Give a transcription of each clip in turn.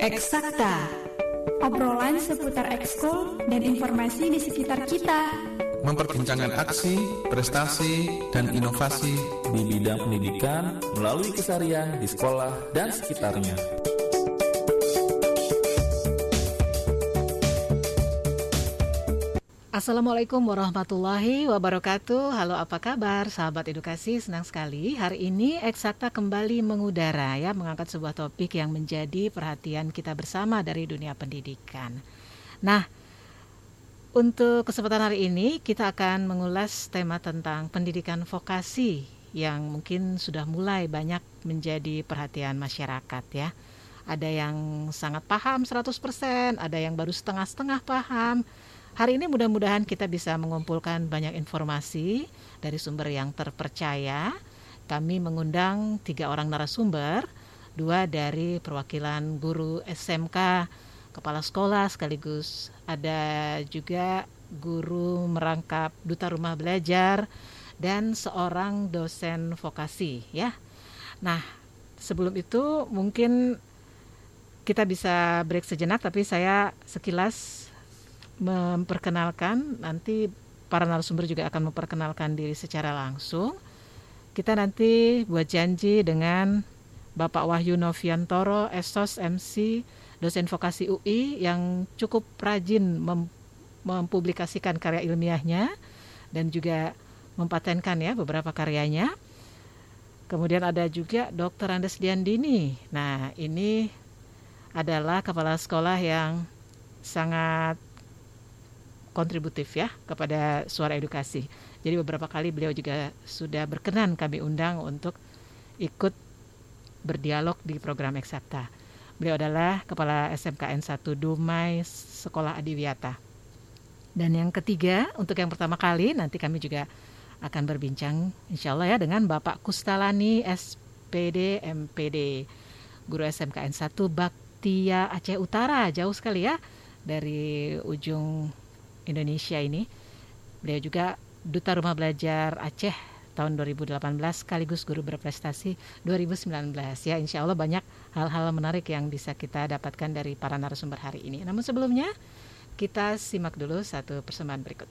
Eksakta, obrolan seputar ekskul dan informasi di sekitar kita. Memperbincangkan aksi, prestasi, dan inovasi di bidang pendidikan melalui keseharian di sekolah dan sekitarnya. Assalamualaikum warahmatullahi wabarakatuh. Halo, apa kabar sahabat edukasi? Senang sekali hari ini Eksakta kembali mengudara ya, mengangkat sebuah topik yang menjadi perhatian kita bersama dari dunia pendidikan. Nah, untuk kesempatan hari ini kita akan mengulas tema tentang pendidikan vokasi yang mungkin sudah mulai banyak menjadi perhatian masyarakat ya. Ada yang sangat paham 100%, ada yang baru setengah-setengah paham. Hari ini mudah-mudahan kita bisa mengumpulkan banyak informasi dari sumber yang terpercaya. Kami mengundang 3 orang narasumber, 2 dari perwakilan guru SMK, kepala sekolah, sekaligus ada juga guru merangkap duta rumah belajar dan seorang dosen vokasi ya. Nah, sebelum itu mungkin kita bisa break sejenak, tapi saya sekilas memperkenalkan, nanti para narasumber juga akan memperkenalkan diri secara langsung. Kita nanti buat janji dengan Bapak Wahyu Noviantoro, Esos MC, dosen vokasi UI yang cukup rajin mempublikasikan karya ilmiahnya dan juga mempatenkan ya beberapa karyanya. Kemudian ada juga Dr. Andes Diandini. Nah, ini adalah kepala sekolah yang sangat kontributif ya kepada Suara Edukasi. Jadi beberapa kali beliau juga sudah berkenan kami undang untuk ikut berdialog di program Eksakta. Beliau adalah Kepala SMKN 1 Dumai Sekolah Adiwiyata. Dan yang ketiga, untuk yang pertama kali nanti kami juga akan berbincang insya Allah ya dengan Bapak Kustalani SPD MPD, Guru SMKN 1 Baktia Aceh Utara. Jauh sekali ya dari ujung Indonesia ini. Beliau juga Duta Rumah Belajar Aceh tahun 2018 sekaligus guru berprestasi 2019 ya. Insya Allah banyak hal-hal menarik yang bisa kita dapatkan dari para narasumber hari ini. Namun sebelumnya kita simak dulu satu persembahan berikut.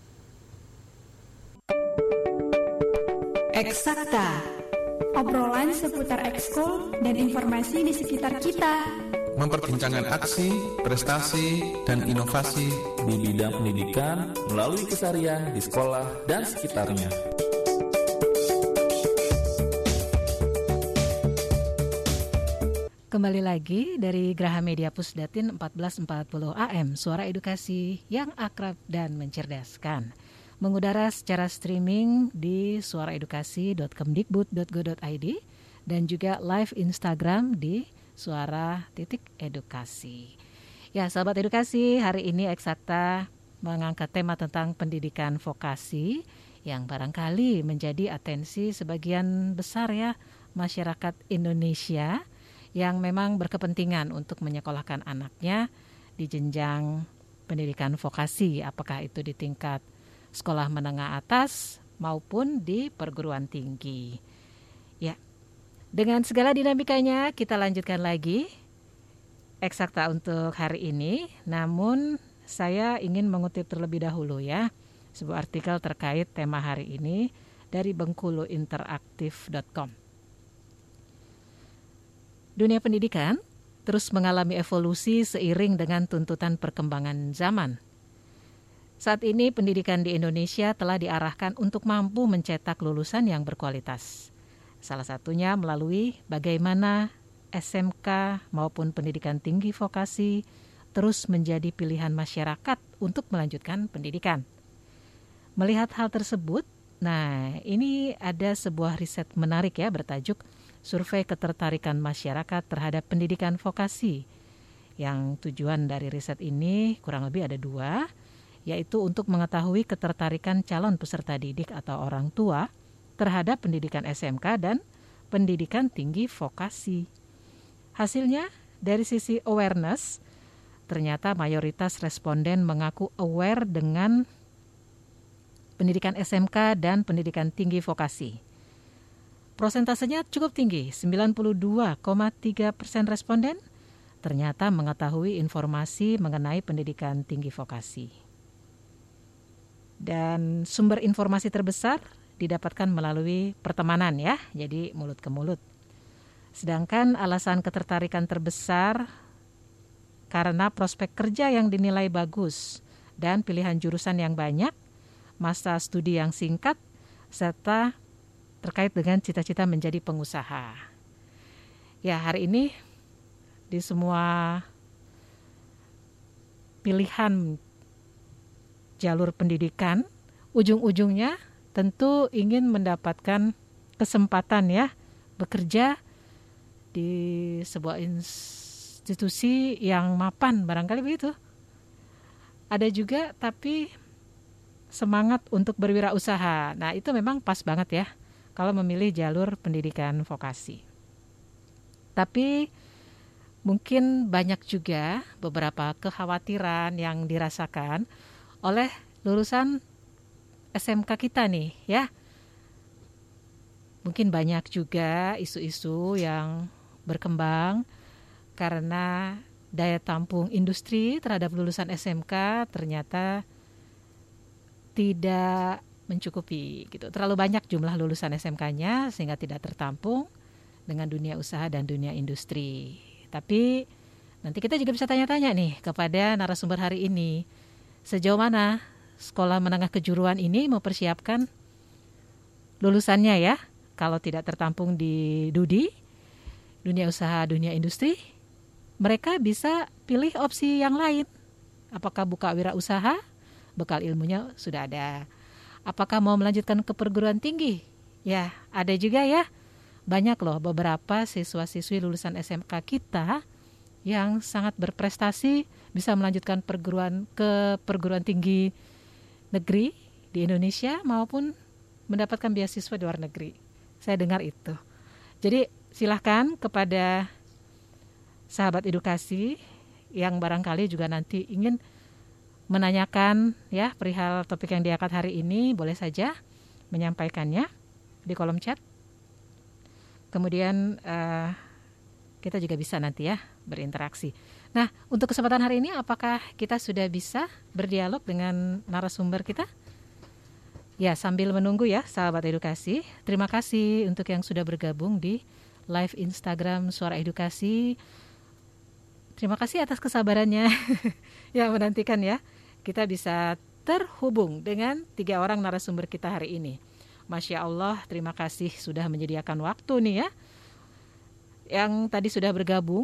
Eksakta, obrolan seputar ekskul dan informasi di sekitar kita. memperbincangkan aksi, prestasi, dan inovasi di bidang pendidikan melalui keseharian di sekolah dan sekitarnya. Kembali lagi dari Graha Media Pusdatin 1440 AM, Suara Edukasi yang akrab dan mencerdaskan. Mengudara secara streaming di suaraedukasi.kemdikbud.go.id dan juga live Instagram di Suara.edukasi. Ya, sahabat edukasi, hari ini Eksakta mengangkat tema tentang pendidikan vokasi yang barangkali menjadi atensi sebagian besar ya masyarakat Indonesia yang memang berkepentingan untuk menyekolahkan anaknya di jenjang pendidikan vokasi, apakah itu di tingkat sekolah menengah atas maupun di perguruan tinggi. Ya, dengan segala dinamikanya kita lanjutkan lagi Eksakta untuk hari ini. Namun saya ingin mengutip terlebih dahulu ya sebuah artikel terkait tema hari ini dari bengkuluinteraktif.com. Dunia pendidikan terus mengalami evolusi seiring dengan tuntutan perkembangan zaman. Saat ini pendidikan di Indonesia telah diarahkan untuk mampu mencetak lulusan yang berkualitas. Salah satunya melalui bagaimana SMK maupun pendidikan tinggi vokasi terus menjadi pilihan masyarakat untuk melanjutkan pendidikan. Melihat hal tersebut, nah ini ada sebuah riset menarik ya bertajuk Survei Ketertarikan Masyarakat Terhadap Pendidikan Vokasi. Yang tujuan dari riset ini kurang lebih ada 2, yaitu untuk mengetahui ketertarikan calon peserta didik atau orang tua terhadap pendidikan SMK dan pendidikan tinggi vokasi. Hasilnya, dari sisi awareness, ternyata mayoritas responden mengaku aware dengan pendidikan SMK dan pendidikan tinggi vokasi. Prosentasenya cukup tinggi, 92,3% responden ternyata mengetahui informasi mengenai pendidikan tinggi vokasi. Dan sumber informasi terbesar didapatkan melalui pertemanan ya, jadi mulut ke mulut. Sedangkan alasan ketertarikan terbesar karena prospek kerja yang dinilai bagus dan pilihan jurusan yang banyak, masa studi yang singkat, serta terkait dengan cita-cita menjadi pengusaha. Ya, hari ini di semua pilihan jalur pendidikan, ujung-ujungnya tentu ingin mendapatkan kesempatan ya bekerja di sebuah institusi yang mapan, barangkali begitu. Ada juga tapi semangat untuk berwirausaha. Nah, itu memang pas banget ya kalau memilih jalur pendidikan vokasi. Tapi mungkin banyak juga beberapa kekhawatiran yang dirasakan oleh lulusan SMK kita nih ya. Mungkin banyak juga isu-isu yang berkembang karena daya tampung industri terhadap lulusan SMK ternyata tidak mencukupi gitu. Terlalu banyak jumlah lulusan SMK-nya sehingga tidak tertampung dengan dunia usaha dan dunia industri. Tapi nanti kita juga bisa tanya-tanya nih kepada narasumber hari ini, sejauh mana sekolah menengah kejuruan ini mempersiapkan lulusannya ya, kalau tidak tertampung di DUDI, dunia usaha, dunia industri, mereka bisa pilih opsi yang lain. Apakah buka wirausaha, bekal ilmunya sudah ada. Apakah mau melanjutkan ke perguruan tinggi? Ya, ada juga ya. Banyak loh beberapa siswa-siswi lulusan SMK kita yang sangat berprestasi bisa melanjutkan perguruan tinggi negeri di Indonesia maupun mendapatkan beasiswa di luar negeri. Saya dengar itu. Jadi silahkan kepada sahabat edukasi yang barangkali juga nanti ingin menanyakan ya perihal topik yang diangkat hari ini, boleh saja menyampaikannya di kolom chat. Kemudian kita juga bisa nanti ya berinteraksi. Nah, untuk kesempatan hari ini apakah kita sudah bisa berdialog dengan narasumber kita? Ya, sambil menunggu ya sahabat edukasi, terima kasih untuk yang sudah bergabung di live Instagram Suara Edukasi. Terima kasih atas kesabarannya yang menantikan ya. Kita bisa terhubung dengan 3 orang narasumber kita hari ini. Masya Allah, terima kasih sudah menyediakan waktu nih ya. Yang tadi sudah bergabung,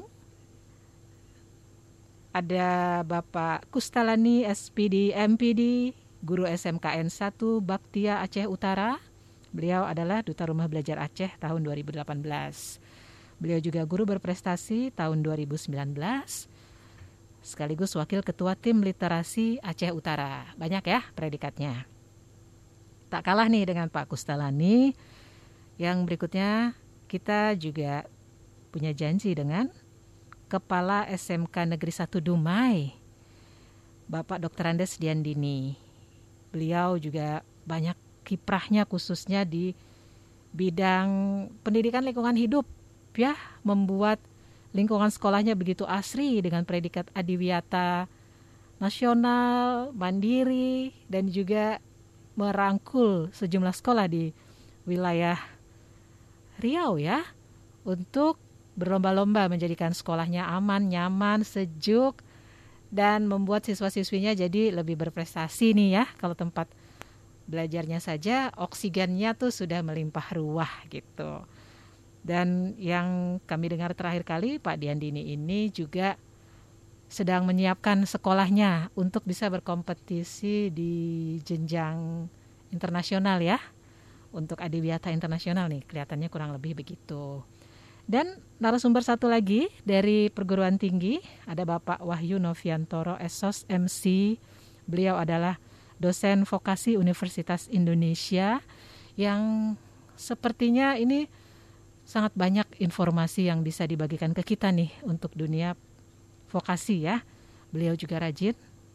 ada Bapak Kustalani SPD MPD, Guru SMKN 1 Baktia Aceh Utara. Beliau adalah Duta Rumah Belajar Aceh tahun 2018. Beliau juga guru berprestasi tahun 2019, sekaligus Wakil Ketua Tim Literasi Aceh Utara. Banyak ya predikatnya. Tak kalah nih dengan Pak Kustalani, yang berikutnya kita juga punya janji dengan Kepala SMK Negeri 1 Dumai, Bapak Dr. Andes Diandini. Beliau juga banyak kiprahnya khususnya di bidang pendidikan lingkungan hidup ya, membuat lingkungan sekolahnya begitu asri dengan predikat adiwiyata nasional, mandiri, dan juga merangkul sejumlah sekolah di wilayah Riau ya untuk berlomba-lomba menjadikan sekolahnya aman, nyaman, sejuk, dan membuat siswa-siswinya jadi lebih berprestasi nih ya. Kalau tempat belajarnya saja oksigennya tuh sudah melimpah ruah gitu. Dan yang kami dengar terakhir kali, Pak Diandini ini juga sedang menyiapkan sekolahnya untuk bisa berkompetisi di jenjang internasional ya. Untuk adiwiyata internasional nih, kelihatannya kurang lebih begitu. Dan narasumber satu lagi dari perguruan tinggi, ada Bapak Wahyu Noviantoro SOS MC. Beliau adalah dosen vokasi Universitas Indonesia yang sepertinya ini sangat banyak informasi yang bisa dibagikan ke kita nih untuk dunia vokasi ya. Beliau juga rajin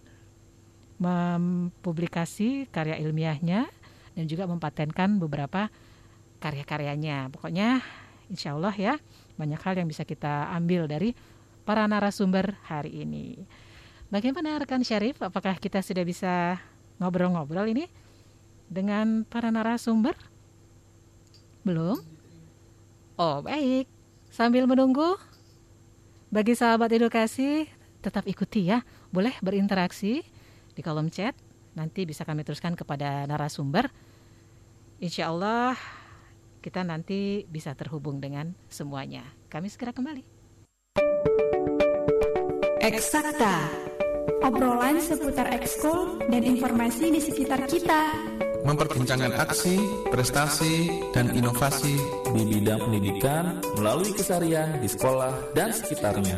mempublikasi karya ilmiahnya dan juga mempatenkan beberapa karya-karyanya. Pokoknya insya Allah ya banyak hal yang bisa kita ambil dari para narasumber hari ini. Bagaimana rekan Syarif? Apakah kita sudah bisa ngobrol-ngobrol ini dengan para narasumber? Belum? Oh, baik. Sambil menunggu, bagi sahabat edukasi, tetap ikuti ya. Boleh berinteraksi di kolom chat. Nanti bisa kami teruskan kepada narasumber. Insya Allah kita nanti bisa terhubung dengan semuanya. Kami segera kembali. Eksakta, obrolan seputar ekskul dan informasi di sekitar kita. Memperbincangkan aksi, prestasi, dan inovasi di bidang pendidikan melalui keseharian di sekolah dan sekitarnya.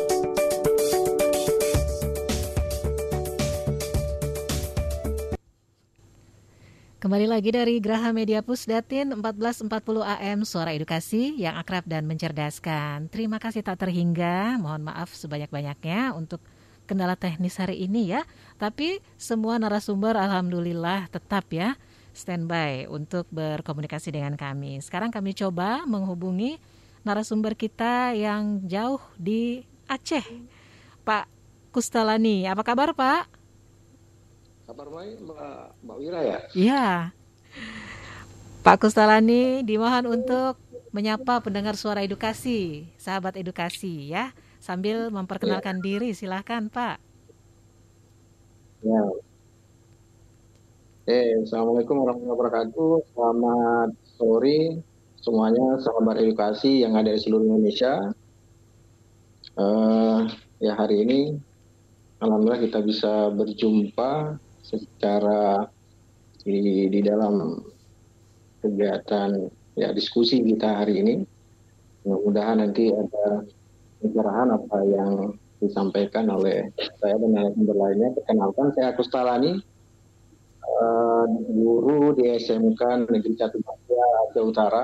Kembali lagi dari Graha Media Pusdatin 1440 AM Suara Edukasi yang akrab dan mencerdaskan. Terima kasih tak terhingga, mohon maaf sebanyak-banyaknya untuk kendala teknis hari ini ya. Tapi semua narasumber alhamdulillah tetap ya standby untuk berkomunikasi dengan kami. Sekarang kami coba menghubungi narasumber kita yang jauh di Aceh, Pak Kustalani. Apa kabar Pak? Kabar baik Mbak Wira ya? Iya. Pak Kustalani dimohon untuk menyapa pendengar Suara Edukasi, sahabat edukasi ya, sambil memperkenalkan diri. Silahkan Pak. Ya. Assalamualaikum warahmatullahi wabarakatuh. Selamat sore semuanya sahabat edukasi yang ada di seluruh Indonesia. Ya hari ini alhamdulillah kita bisa berjumpa secara di dalam kegiatan ya diskusi kita hari ini. Mudah-mudahan nanti ada pencerahan apa yang disampaikan oleh saya dan narasumber lainnya. Perkenalkan, saya Kustalani, guru di SMK Negeri 1 Baktia Aceh Utara.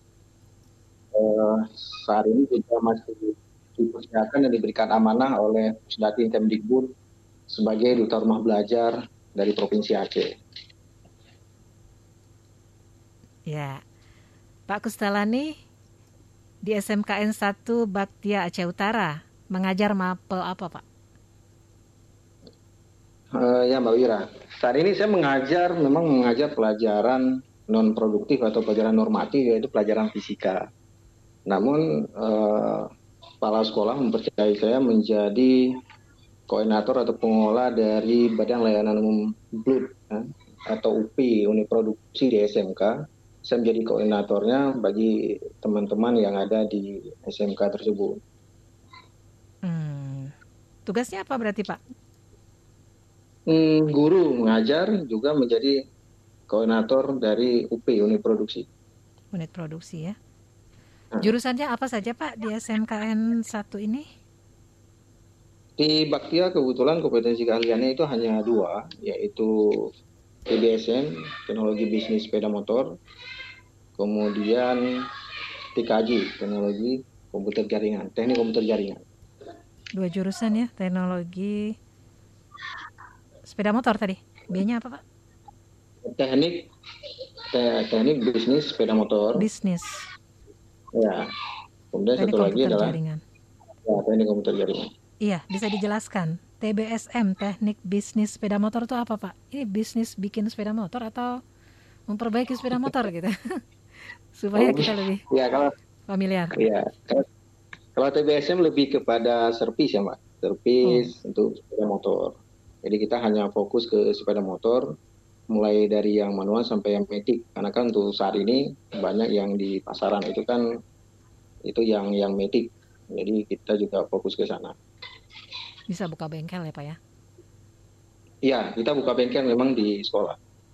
Saat ini juga masih dipersiapkan dan diberikan amanah oleh Pusdatin Kemdikbud sebagai duta rumah belajar dari Provinsi Aceh. Ya, Pak Kustalani di SMKN 1 Baktia Aceh Utara mengajar mapel apa Pak? Ya Mbak Wira, saat ini saya memang mengajar pelajaran non produktif atau pelajaran normatif, yaitu pelajaran fisika. Namun kepala sekolah mempercayai saya menjadi koordinator atau pengelola dari Badan Layanan Umum BLUD atau UPI, unit produksi di SMK. Saya menjadi koordinatornya bagi teman-teman yang ada di SMK tersebut. Tugasnya apa berarti Pak? Guru mengajar, juga menjadi koordinator dari UPI, unit produksi. Unit produksi ya. Jurusannya apa saja Pak di SMKN 1 ini? Di Baktia kebetulan kompetensi keahliannya itu hanya 2, yaitu TBSM, Teknologi Bisnis Sepeda Motor, kemudian TKJ, Teknologi Komputer Jaringan, Teknik Komputer Jaringan. 2 jurusan ya, teknologi sepeda motor tadi. B-nya apa Pak? Teknik Bisnis Sepeda Motor. Bisnis. Ya. Kemudian Teknik satu lagi adalah jaringan. Ya, Teknik Komputer Jaringan. Iya, bisa dijelaskan. TBSM, Teknik Bisnis Sepeda Motor itu apa Pak? Ini bisnis bikin sepeda motor atau memperbaiki sepeda motor gitu? Supaya kita lebih familiar. Iya, kalau TBSM lebih kepada servis ya Mbak. Servis untuk sepeda motor. Jadi kita hanya fokus ke sepeda motor, mulai dari yang manual sampai yang matic. Karena kan untuk saat ini banyak yang di pasaran itu kan itu yang matic. Jadi kita juga fokus ke sana. Bisa buka bengkel ya Pak ya? Iya, kita buka bengkel memang di sekolah.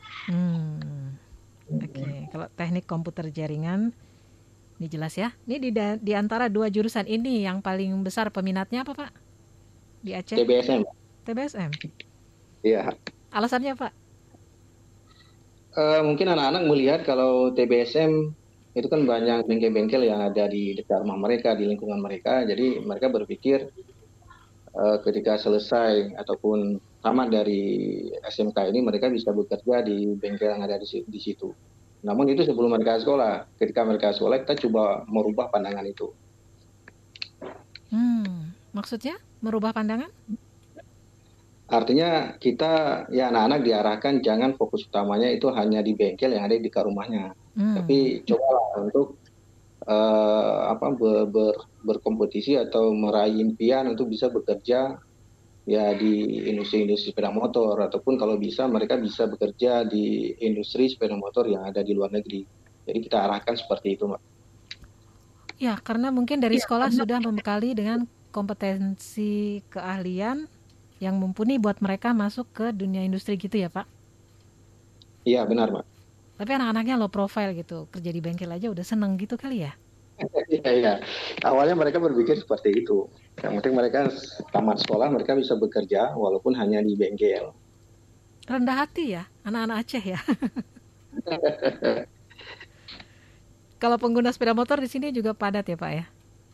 Oke. Kalau teknik komputer jaringan, ini jelas ya. Ini di antara 2 jurusan ini yang paling besar peminatnya apa Pak? Di Aceh? TBSM. TBSM? Iya. Alasannya Pak? Mungkin anak-anak melihat kalau TBSM itu kan banyak bengkel-bengkel yang ada di dekat rumah mereka, di lingkungan mereka. Jadi mereka berpikir ketika selesai ataupun tamat dari SMK ini mereka bisa bekerja di bengkel yang ada di situ. Namun itu sebelum mereka sekolah. Ketika mereka sekolah kita coba merubah pandangan itu. Maksudnya merubah pandangan? Artinya kita ya anak-anak diarahkan jangan fokus utamanya itu hanya di bengkel yang ada di dekat rumahnya. Tapi cobalah untuk berkompetisi atau meraih impian untuk bisa bekerja ya di industri-industri sepeda motor, ataupun kalau bisa mereka bisa bekerja di industri sepeda motor yang ada di luar negeri. Jadi kita arahkan seperti itu, Mbak. Ya, karena mungkin dari sekolah sudah membekali dengan kompetensi keahlian yang mumpuni buat mereka masuk ke dunia industri gitu ya, Pak? Iya, benar, Mbak. Tapi anak-anaknya low profile gitu, kerja di bengkel aja udah seneng gitu kali ya? Iya. Awalnya mereka berpikir seperti itu. Yang penting mereka tamat sekolah, mereka bisa bekerja walaupun hanya di bengkel. Rendah hati ya, anak-anak Aceh ya. Kalau pengguna sepeda motor di sini juga padat ya, Pak ya?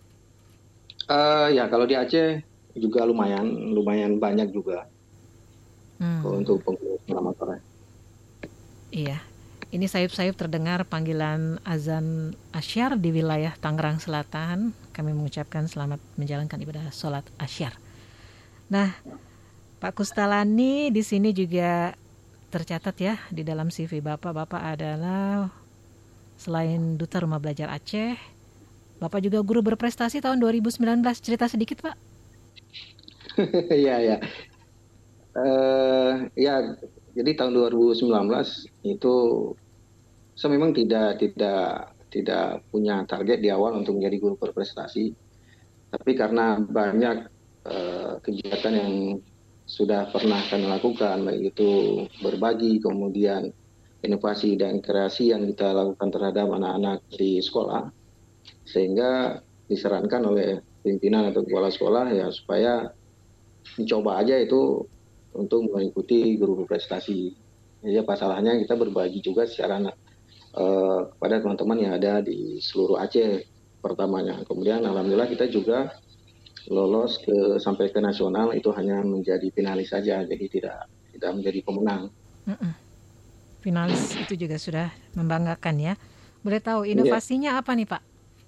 Ya kalau di Aceh juga lumayan banyak juga untuk pengguna sepeda motor. Iya. Ini sayup-sayup terdengar panggilan azan asyar di wilayah Tangerang Selatan. Kami mengucapkan selamat menjalankan ibadah sholat asyar. Nah, Pak Kustalani di sini juga tercatat ya di dalam CV Bapak adalah selain Duta Rumah Belajar Aceh, Bapak juga guru berprestasi tahun 2019. Cerita sedikit, Pak. Iya. Ya, jadi tahun 2019 itu saya memang tidak punya target di awal untuk menjadi guru berprestasi, tapi karena banyak kegiatan yang sudah pernah kami lakukan, baik itu berbagi, kemudian inovasi dan kreasi yang kita lakukan terhadap anak-anak di sekolah, sehingga disarankan oleh pimpinan atau kepala sekolah ya supaya mencoba aja itu untuk mengikuti guru berprestasi. Jadi apa salahnya kita berbagi juga secara kepada teman-teman yang ada di seluruh Aceh pertamanya. Kemudian alhamdulillah kita juga lolos sampai ke nasional, itu hanya menjadi finalis saja, jadi tidak menjadi pemenang. Finalis itu juga sudah membanggakan ya. Boleh tahu inovasinya apa nih, Pak?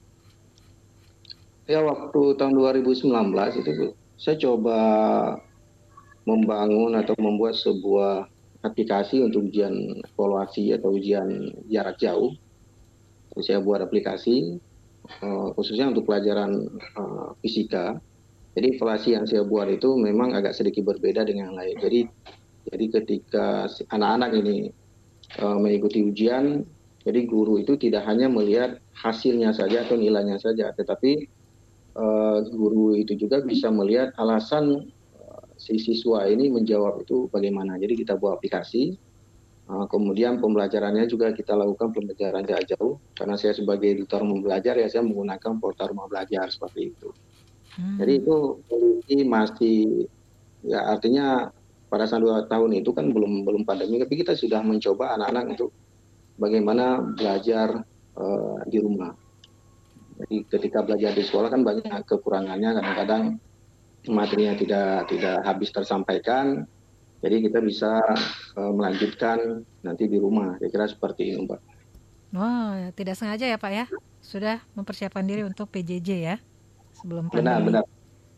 Ya, waktu tahun 2019 itu saya coba membangun atau membuat sebuah aplikasi untuk ujian evaluasi atau ujian jarak jauh. Saya buat aplikasi khususnya untuk pelajaran fisika. Jadi evaluasi yang saya buat itu memang agak sedikit berbeda dengan yang lain. Jadi ketika anak-anak ini mengikuti ujian, jadi guru itu tidak hanya melihat hasilnya saja atau nilainya saja, tetapi guru itu juga bisa melihat alasan si siswa ini menjawab itu bagaimana. Jadi kita buat aplikasi, kemudian pembelajarannya juga kita lakukan pembelajaran jarak jauh. Karena saya sebagai duta rumah belajar ya saya menggunakan portal rumah belajar seperti itu. Jadi itu masih ya artinya pada saat 2 tahun itu kan belum pandemi, tapi kita sudah mencoba anak-anak untuk bagaimana belajar di rumah. Jadi ketika belajar di sekolah kan banyak kekurangannya, kadang-kadang materinya tidak habis tersampaikan, jadi kita bisa melanjutkan nanti di rumah. Saya kira seperti ini, Mbak. Wah, tidak sengaja ya, Pak ya? Sudah mempersiapkan diri untuk PJJ ya? Sebelum pandemi. Benar.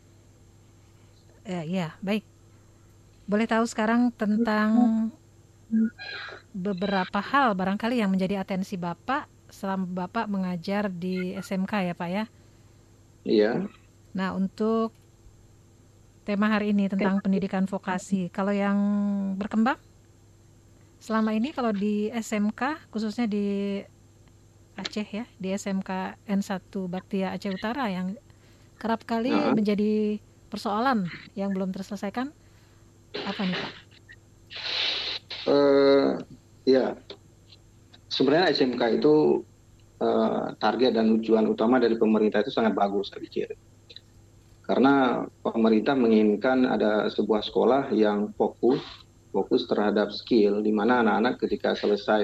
Ya, baik. Boleh tahu sekarang tentang beberapa hal barangkali yang menjadi atensi Bapak selama Bapak mengajar di SMK ya, Pak ya? Iya. Nah, untuk tema hari ini tentang pendidikan vokasi, kalau yang berkembang selama ini kalau di SMK, khususnya di Aceh ya, di SMK N1 Baktia Aceh Utara yang kerap kali menjadi persoalan yang belum terselesaikan, apa nih Pak? Ya, sebenarnya SMK itu target dan tujuan utama dari pemerintah itu sangat bagus, saya pikir. Karena pemerintah menginginkan ada sebuah sekolah yang fokus terhadap skill, di mana anak-anak ketika selesai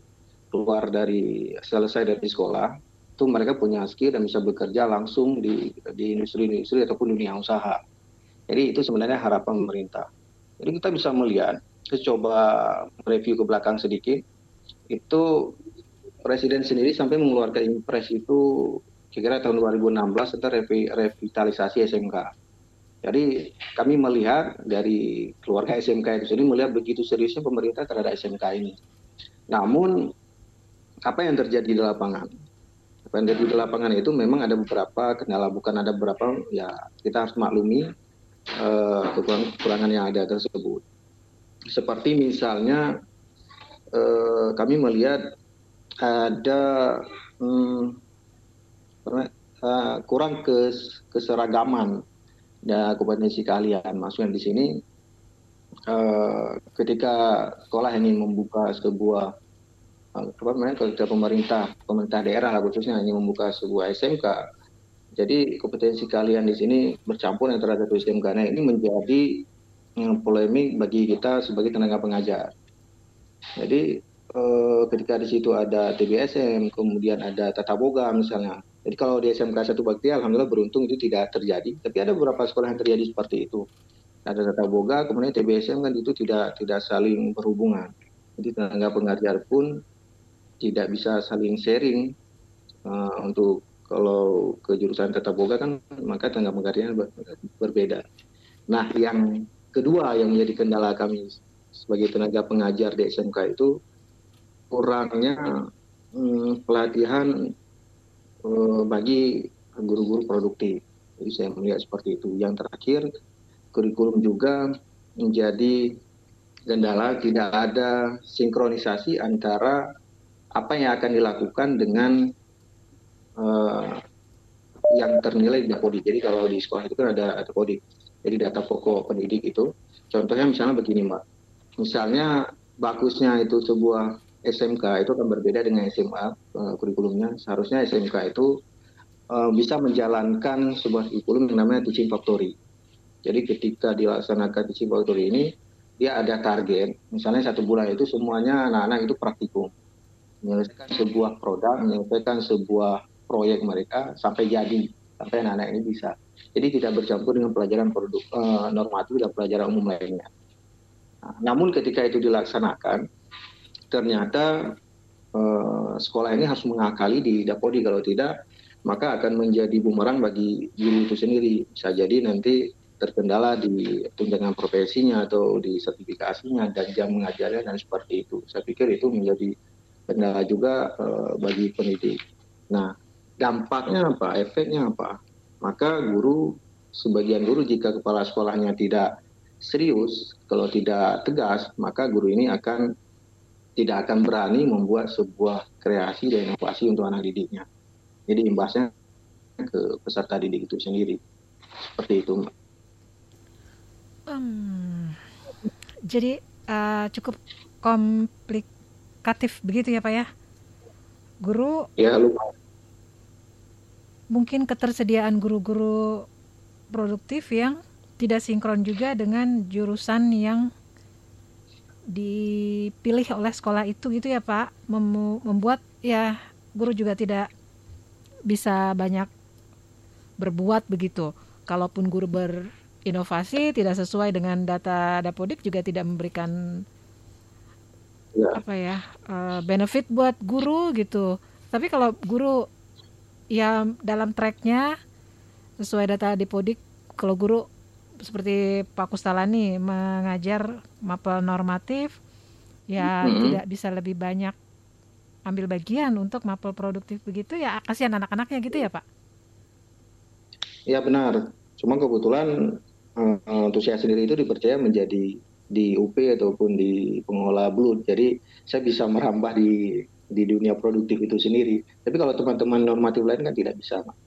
dari sekolah, itu mereka punya skill dan bisa bekerja langsung di industri-industri ataupun dunia usaha. Jadi itu sebenarnya harapan pemerintah. Jadi kita bisa melihat, kita coba review ke belakang sedikit, itu Presiden sendiri sampai mengeluarkan impres itu kira-kira tahun 2016 tentang revitalisasi SMK. Jadi kami melihat dari keluarga SMK itu sendiri melihat begitu seriusnya pemerintah terhadap SMK ini. Namun apa yang terjadi di lapangan? Apa yang terjadi di lapangan itu memang ada beberapa kendala, bukan ada beberapa, ya kita harus maklumi kekurangan yang ada tersebut. Seperti misalnya kami melihat ada kurang keseragaman dan kompetensi keahlian. Maksudnya di sini ketika sekolah ingin membuka sebuah ketika pemerintah daerah lah khususnya ingin membuka sebuah SMK, jadi kompetensi keahlian di sini bercampur antara satu SMK. Nah, ini menjadi polemik bagi kita sebagai tenaga pengajar. Jadi ketika di situ ada TBSM, kemudian ada tata boga misalnya. Jadi kalau di SMK 1 Bakti, alhamdulillah beruntung itu tidak terjadi. Tapi ada beberapa sekolah yang terjadi seperti itu. Ada tata boga, kemudian TBSM kan itu tidak saling berhubungan. Jadi tenaga pengajar pun tidak bisa saling sharing untuk kalau ke jurusan tata boga kan maka tenaga pengajarnya berbeda. Nah, yang kedua yang menjadi kendala kami sebagai tenaga pengajar di SMK itu kurangnya pelatihan bagi guru-guru produktif. Jadi saya melihat seperti itu. Yang terakhir, kurikulum juga menjadi kendala, tidak ada sinkronisasi antara apa yang akan dilakukan dengan yang ternilai di Dapodik. Jadi kalau di sekolah itu kan ada Dapodik. Jadi data pokok pendidik itu. Contohnya misalnya begini, Mbak. Misalnya bagusnya itu sebuah SMK itu akan berbeda dengan SMA kurikulumnya. Seharusnya SMK itu bisa menjalankan sebuah kurikulum yang namanya teaching factory. Jadi ketika dilaksanakan teaching factory ini, dia ada target. Misalnya 1 bulan itu semuanya anak-anak itu praktikum. Menyelesaikan sebuah produk, menyelesaikan sebuah proyek mereka sampai jadi. Sampai anak-anak ini bisa. Jadi tidak bercampur dengan pelajaran produk normatif dan pelajaran umum lainnya. Nah, namun ketika itu dilaksanakan, ternyata sekolah ini harus mengakali di Dapodi. Kalau tidak, maka akan menjadi bumerang bagi guru itu sendiri. Bisa jadi nanti terkendala di tunjangan profesinya atau di sertifikasinya dan jam mengajarnya dan seperti itu. Saya pikir itu menjadi kendala juga bagi pendidik. Nah, dampaknya apa? Efeknya apa? Maka sebagian guru jika kepala sekolahnya tidak serius, kalau tidak tegas, maka guru ini tidak akan berani membuat sebuah kreasi dan inovasi untuk anak didiknya. Jadi imbasnya ke peserta didik itu sendiri. Seperti itu, Mbak. Jadi cukup komplikatif begitu ya Pak ya? Guru ya lupa. Mungkin ketersediaan guru-guru produktif yang tidak sinkron juga dengan jurusan yang dipilih oleh sekolah itu gitu ya Pak, membuat ya guru juga tidak bisa banyak berbuat begitu. Kalaupun guru berinovasi tidak sesuai dengan data Dapodik juga tidak memberikan benefit buat guru gitu. Tapi kalau guru ya dalam tracknya sesuai data Dapodik, kalau guru seperti Pak Kustalani mengajar mapel normatif ya tidak bisa lebih banyak ambil bagian untuk mapel produktif begitu ya, kasihan anak-anaknya gitu ya Pak? Ya benar, cuma kebetulan untuk saya sendiri itu dipercaya menjadi di UP ataupun di pengelola BLUT, jadi saya bisa merambah di dunia produktif itu sendiri. Tapi kalau teman-teman normatif lain kan tidak bisa, Pak.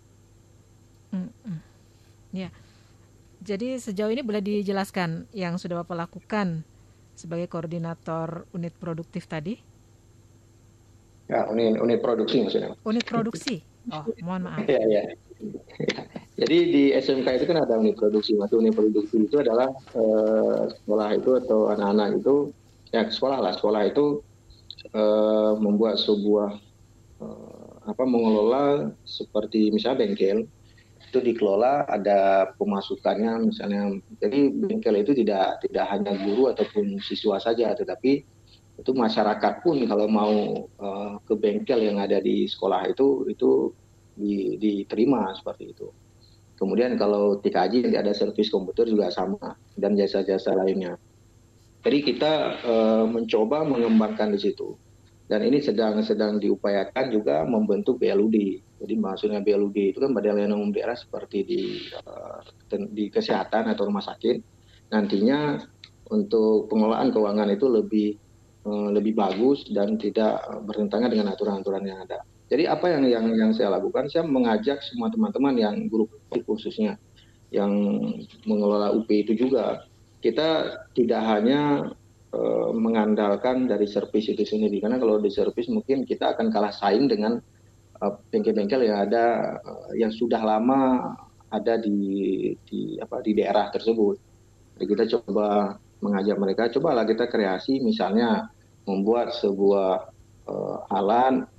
Ya. Jadi sejauh ini boleh dijelaskan yang sudah Bapak lakukan sebagai koordinator unit produktif tadi? Ya, unit produksi maksudnya. Unit produksi? Oh, mohon maaf. Ya. Jadi di SMK itu kan ada unit produksi. Maksud unit produksi itu adalah sekolah itu atau anak-anak itu, ya sekolah itu membuat sebuah mengelola seperti misalnya bengkel. Itu dikelola, ada pemasukannya misalnya. Jadi bengkel itu tidak hanya guru ataupun siswa saja, tetapi itu masyarakat pun kalau mau ke bengkel yang ada di sekolah itu diterima seperti itu. Kemudian kalau TKJ nanti ada servis komputer juga sama, dan jasa-jasa lainnya. Jadi kita mencoba mengembangkan di situ. Dan ini sedang diupayakan juga membentuk BLUD. Jadi maksudnya BLUD itu kan Badan Layanan Umum Daerah seperti di kesehatan atau rumah sakit. Nantinya untuk pengelolaan keuangan itu lebih bagus dan tidak bertentangan dengan aturan-aturan yang ada. Jadi apa yang saya lakukan, saya mengajak semua teman-teman yang guru khususnya yang mengelola UP itu juga, kita tidak hanya mengandalkan dari servis itu sendiri, karena kalau di servis mungkin kita akan kalah saing dengan bengkel-bengkel yang ada yang sudah lama ada di daerah tersebut. Jadi kita coba mengajak mereka, cobalah kita kreasi, misalnya membuat sebuah alat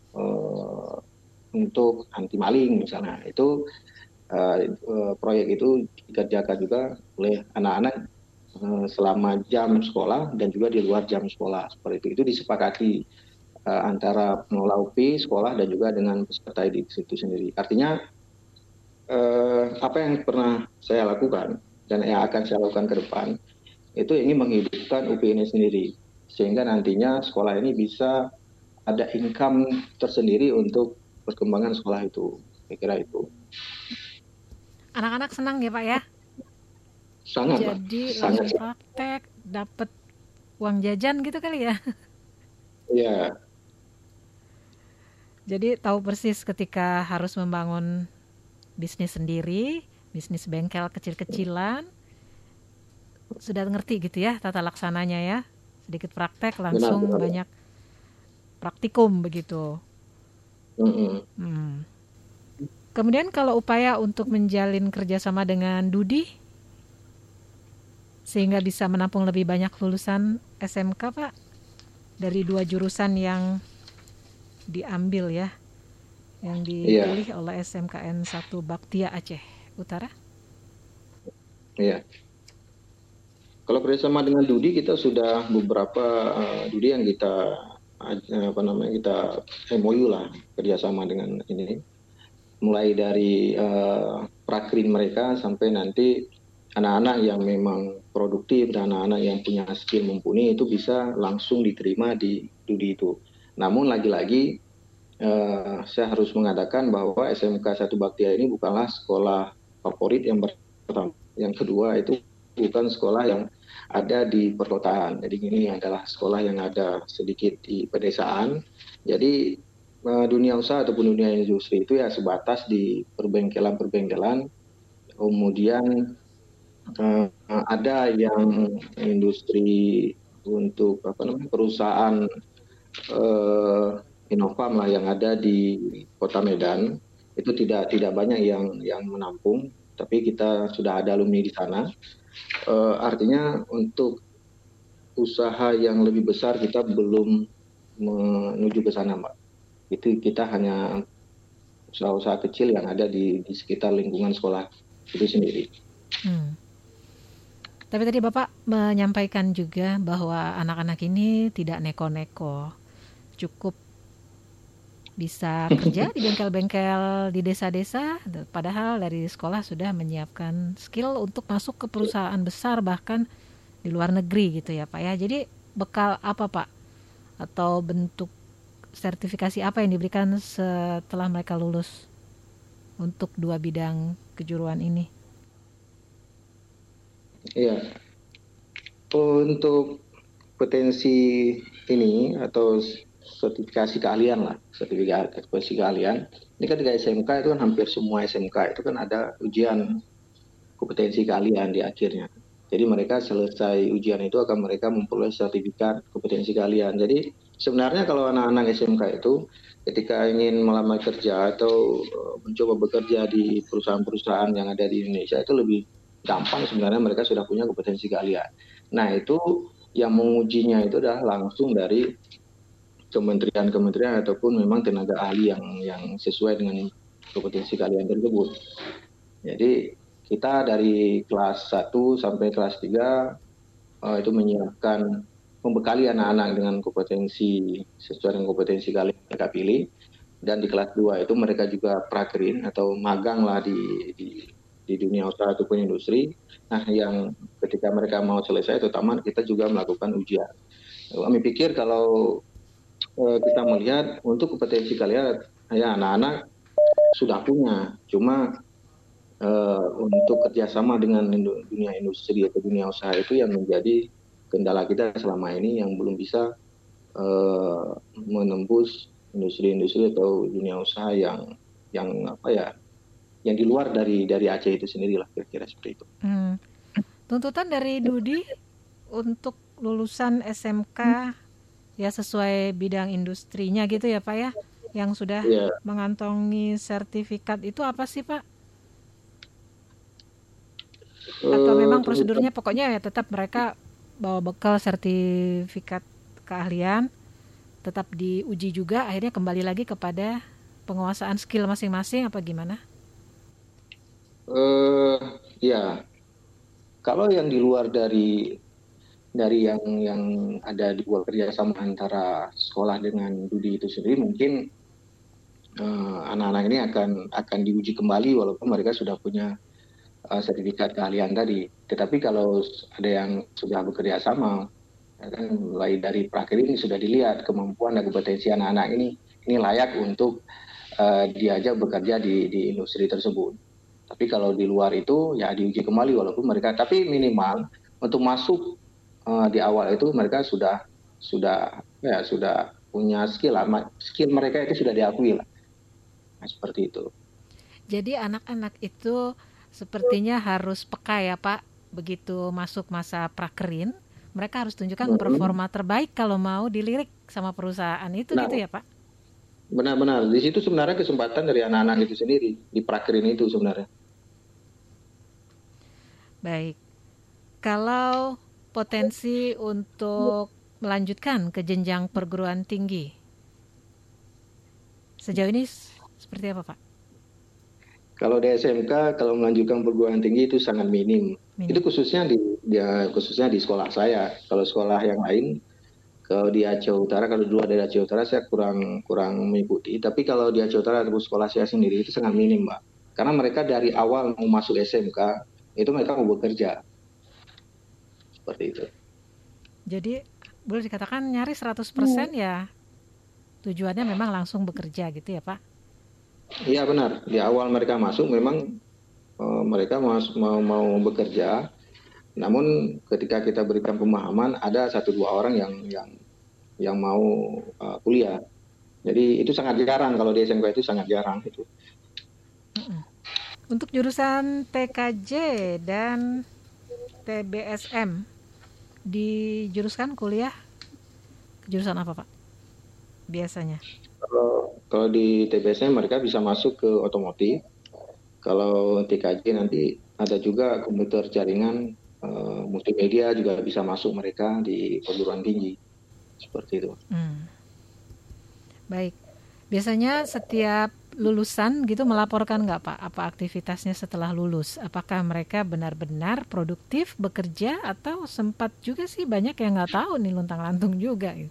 untuk anti maling misalnya. Itu proyek itu dikerjakan juga oleh anak-anak selama jam sekolah dan juga di luar jam sekolah, seperti itu disepakati antara pengelola UP sekolah dan juga dengan peserta di situ sendiri. Artinya apa yang pernah saya lakukan dan yang akan saya lakukan ke depan itu ingin menghidupkan UP ini sendiri, sehingga nantinya sekolah ini bisa ada income tersendiri untuk perkembangan sekolah itu. Saya kira itu. Anak-anak senang ya Pak ya? Sangat, jadi Pak. langsung praktek, dapat uang jajan gitu kali ya? Iya. Jadi tahu persis ketika harus membangun bisnis sendiri, bisnis bengkel kecil-kecilan, sudah ngerti gitu ya tata laksananya ya. Sedikit praktek langsung Benar. Banyak praktikum begitu. Kemudian kalau upaya untuk menjalin kerjasama dengan Dudi sehingga bisa menampung lebih banyak lulusan SMK Pak, dari 2 jurusan yang diambil ya, yang dipilih oleh SMKN 1 Baktia Aceh Utara. Iya. Kalau kerjasama dengan Dudi, kita sudah beberapa Dudi yang kita MOU lah kerjasama dengan ini, mulai dari prakrin mereka sampai nanti anak-anak yang memang produktif dan anak-anak yang punya skill mumpuni itu bisa langsung diterima di Dudi itu. Namun lagi-lagi saya harus mengatakan bahwa SMK 1 Baktia ini bukanlah sekolah favorit yang pertama. Yang kedua itu bukan sekolah yang ada di perkotaan. Jadi ini adalah sekolah yang ada sedikit di pedesaan. Jadi dunia usaha ataupun dunia industri itu ya sebatas di perbengkelan-perbengkelan. Kemudian ada yang industri untuk perusahaan Inovam lah yang ada di Kota Medan, itu tidak banyak yang menampung, tapi kita sudah ada alumni di sana. Artinya untuk usaha yang lebih besar kita belum menuju ke sana, Mbak. Itu kita hanya usaha-usaha kecil yang ada di sekitar lingkungan sekolah itu sendiri. Tapi tadi Bapak menyampaikan juga bahwa anak-anak ini tidak neko-neko, cukup bisa kerja di bengkel-bengkel di desa-desa, padahal dari sekolah sudah menyiapkan skill untuk masuk ke perusahaan besar bahkan di luar negeri gitu ya Pak ya. Jadi bekal apa Pak? Atau bentuk sertifikasi apa yang diberikan setelah mereka lulus untuk 2 bidang kejuruan ini? Iya, untuk potensi ini atau sertifikasi keahlian lah, sertifikasi keahlian. Ini kan ketika SMK itu kan hampir semua SMK itu kan ada ujian kompetensi keahlian di akhirnya. Jadi mereka selesai ujian itu akan mereka memperoleh sertifikat kompetensi keahlian. Jadi sebenarnya kalau anak-anak SMK itu ketika ingin melamar kerja atau mencoba bekerja di perusahaan-perusahaan yang ada di Indonesia itu lebih gampang sebenarnya, mereka sudah punya kompetensi keahlian. Nah itu yang mengujinya itu adalah langsung dari kementerian-kementerian ataupun memang tenaga ahli yang sesuai dengan kompetensi keahlian tersebut. Jadi kita dari kelas 1 sampai kelas 3 itu menyiapkan membekali anak-anak dengan kompetensi sesuai dengan kompetensi keahlian yang mereka pilih. Dan di kelas 2 itu mereka juga prakrin atau magang lah di di dunia usaha ataupun industri. Nah, yang ketika mereka mau selesai atau tamat, kita juga melakukan ujian. Kami pikir kalau kita melihat untuk kompetensi kalian, ya anak-anak sudah punya, cuma untuk kerjasama dengan dunia industri atau dunia usaha itu yang menjadi kendala kita selama ini, yang belum bisa menembus industri-industri atau dunia usaha yang apa ya, yang di luar dari Aceh itu sendiri lah, kira-kira seperti itu. Tuntutan dari Dudi untuk lulusan SMK ya sesuai bidang industrinya gitu ya Pak ya, yang sudah mengantongi sertifikat itu apa sih Pak? Atau memang prosedurnya pokoknya ya tetap mereka bawa bekal sertifikat keahlian, tetap diuji juga, akhirnya kembali lagi kepada penguasaan skill masing-masing apa gimana? Ya, kalau yang di luar dari yang ada di luar kerjasama antara sekolah dengan Dudi itu sendiri, mungkin anak-anak ini akan diuji kembali walaupun mereka sudah punya sertifikat keahlian tadi. Tetapi kalau ada yang sudah bekerja sama, ya kan, mulai dari praker ini sudah dilihat kemampuan dan kompetensi anak-anak ini layak untuk diajak bekerja di industri tersebut. Tapi kalau di luar itu ya diuji kembali walaupun mereka, tapi minimal untuk masuk di awal itu mereka sudah punya skill mereka itu sudah diakui lah. Nah, seperti itu. Jadi anak-anak itu sepertinya harus peka ya Pak, begitu masuk masa prakerin, mereka harus tunjukkan performa terbaik kalau mau dilirik sama perusahaan itu gitu ya Pak? Benar-benar, di situ sebenarnya kesempatan dari anak-anak itu sendiri, di prakerin itu sebenarnya. Baik, kalau potensi untuk melanjutkan ke jenjang perguruan tinggi, sejauh ini seperti apa Pak? Kalau di SMK, kalau melanjutkan perguruan tinggi itu sangat minim. Itu khususnya di sekolah saya. Kalau sekolah yang lain, kalau di Aceh Utara, kalau dulu ada di Aceh Utara, saya kurang mengikuti. Tapi kalau di Aceh Utara atau sekolah saya sendiri itu sangat minim, Mbak. Karena mereka dari awal mau masuk SMK, itu mereka mau bekerja. Seperti itu. Jadi boleh dikatakan nyaris 100% ya tujuannya memang langsung bekerja gitu ya Pak? Iya benar, di awal mereka masuk memang mereka mau bekerja, namun ketika kita berikan pemahaman ada 1-2 orang yang mau kuliah. Jadi itu sangat jarang, kalau di SMK itu sangat jarang itu. Untuk jurusan TKJ dan TBSM dijuruskan kuliah jurusan apa Pak biasanya? Kalau di TBSM mereka bisa masuk ke otomotif. Kalau TKJ nanti ada juga komputer jaringan, multimedia juga bisa masuk mereka di perguruan tinggi. Seperti itu. Baik. Biasanya setiap lulusan gitu melaporkan nggak Pak apa aktivitasnya setelah lulus? Apakah mereka benar-benar produktif bekerja atau sempat juga sih banyak yang nggak tahu nih luntang-lantung juga gitu?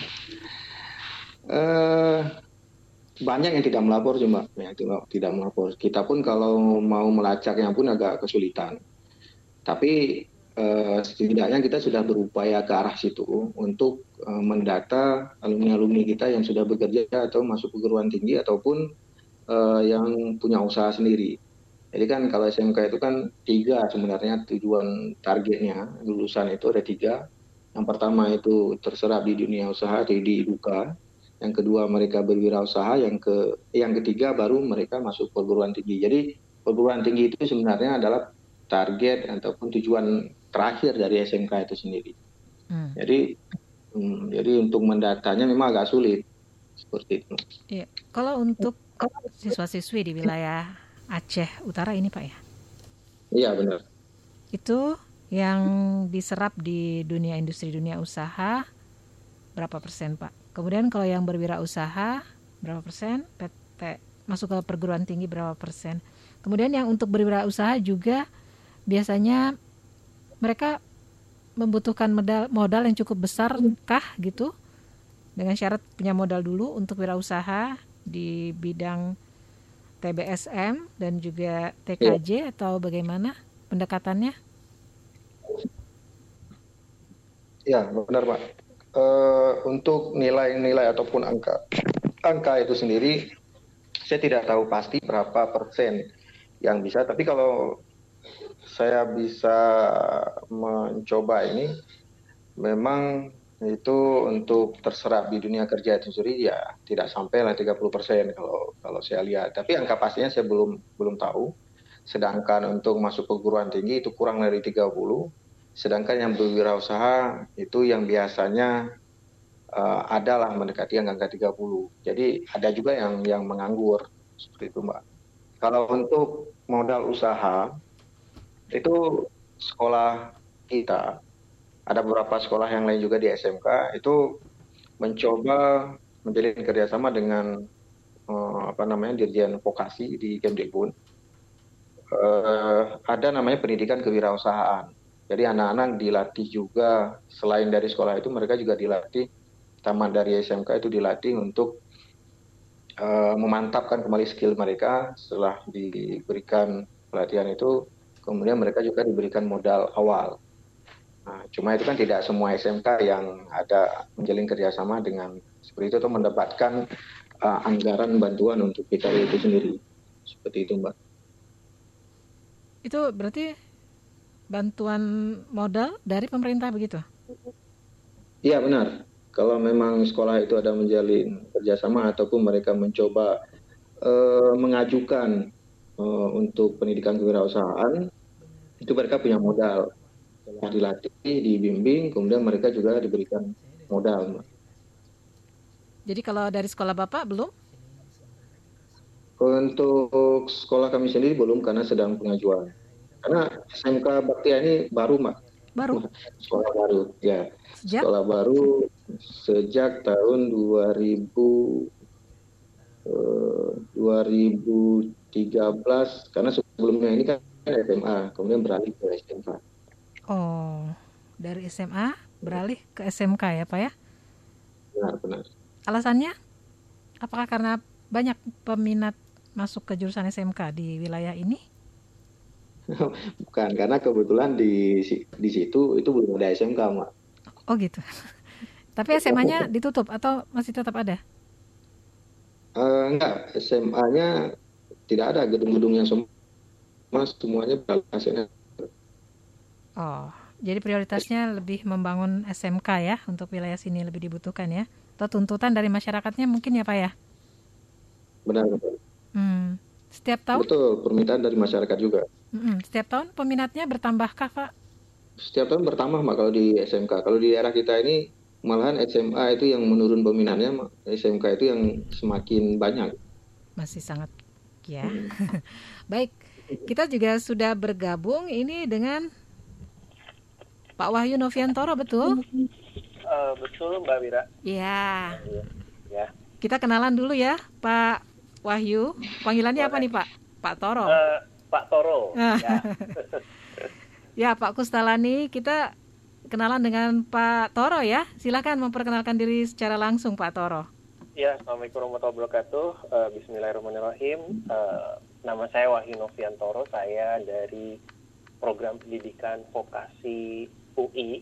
Banyak yang tidak melapor cuma yang tidak melapor. Kita pun kalau mau melacaknya pun agak kesulitan. Tapi setidaknya kita sudah berupaya ke arah situ untuk mendata alumni-alumni kita yang sudah bekerja atau masuk perguruan tinggi ataupun yang punya usaha sendiri. Jadi kan kalau SMK itu kan 3 sebenarnya tujuan targetnya, lulusan itu ada 3. Yang pertama itu terserap di dunia usaha atau di IDUKA. Yang kedua mereka berwirausaha, yang ketiga baru mereka masuk perguruan tinggi. Jadi perguruan tinggi itu sebenarnya adalah target ataupun tujuan terakhir dari SMK itu sendiri. Jadi untuk mendatanya memang agak sulit seperti itu. Iya. Kalau untuk siswa-siswi di wilayah Aceh Utara ini Pak ya? Iya benar. Itu yang diserap di dunia industri dunia usaha berapa persen Pak? Kemudian kalau yang berwirausaha berapa persen? PT masuk ke perguruan tinggi berapa persen? Kemudian yang untuk berwirausaha juga biasanya mereka membutuhkan modal yang cukup besar kah gitu? Dengan syarat punya modal dulu untuk wirausaha di bidang TBSM dan juga TKJ atau bagaimana pendekatannya? Ya, benar Pak. Untuk nilai-nilai ataupun angka itu sendiri, saya tidak tahu pasti berapa persen yang bisa. Tapi kalau saya bisa mencoba ini, memang itu untuk terserap di dunia kerja itu sendiri ya tidak sampai lah 30% kalau saya lihat. Tapi angka pastinya saya belum tahu. Sedangkan untuk masuk perguruan tinggi itu kurang dari 30. Sedangkan yang berwirausaha itu yang biasanya adalah mendekati angka 30. Jadi ada juga yang menganggur seperti itu Mbak. Kalau untuk modal usaha itu sekolah kita, ada beberapa sekolah yang lain juga di SMK itu mencoba menjalin kerjasama dengan Dirjen Vokasi di Kemdikbud. Ada namanya pendidikan kewirausahaan. Jadi anak-anak dilatih juga, selain dari sekolah itu mereka juga dilatih, tamat dari SMK itu dilatih untuk memantapkan kembali skill mereka setelah diberikan pelatihan itu, kemudian mereka juga diberikan modal awal. Nah, cuma itu kan tidak semua SMK yang ada menjalin kerjasama dengan seperti itu atau mendapatkan anggaran bantuan untuk PKW itu sendiri. Seperti itu, Mbak. Itu berarti bantuan modal dari pemerintah begitu? Iya, benar. Kalau memang sekolah itu ada menjalin kerjasama ataupun mereka mencoba mengajukan untuk pendidikan kewirausahaan, itu mereka punya modal. Setelah dilatih, dibimbing, kemudian mereka juga diberikan modal. Jadi kalau dari sekolah Bapak belum? Untuk sekolah kami sendiri belum karena sedang pengajuan. Karena SMK Baktia ini baru, Mbak. Baru? Sekolah baru, ya. Sejak? Sekolah baru sejak tahun 2013, karena sebelumnya ini kan SMA, kemudian beralih ke SMK. Oh, dari SMA beralih ke SMK ya Pak ya? Benar. Alasannya? Apakah karena banyak peminat masuk ke jurusan SMK di wilayah ini? Bukan, karena kebetulan di situ itu belum ada SMK, Mak. Oh gitu. Tapi SMA-nya ditutup atau masih tetap ada? Enggak, SMA-nya tidak ada, gedung-gedungnya semuanya beralasan. Oh, jadi prioritasnya lebih membangun SMK ya, untuk wilayah sini lebih dibutuhkan ya. Atau tuntutan dari masyarakatnya mungkin ya Pak ya? Benar. Setiap tahun? Betul, permintaan dari masyarakat juga. Setiap tahun peminatnya bertambahkah Pak? Setiap tahun bertambah Mak, kalau di SMK. Kalau di daerah kita ini malahan SMA itu yang menurun peminatnya, SMK itu yang semakin banyak. Masih sangat ya. Baik, kita juga sudah bergabung ini dengan Pak Wahyu Noviantoro, betul? Betul Mbak Wira. Ya. Ya. Kita kenalan dulu ya Pak Wahyu. Panggilannya apa nih Pak? Pak Toro. Pak Toro. Ya. Ya Pak Kustalani, kita kenalan dengan Pak Toro ya. Silakan memperkenalkan diri secara langsung Pak Toro. Ya, Assalamualaikum warahmatullahi wabarakatuh. Bismillahirrahmanirrahim. Nama saya Wahyu Noviantoro. Saya dari program pendidikan vokasi UI.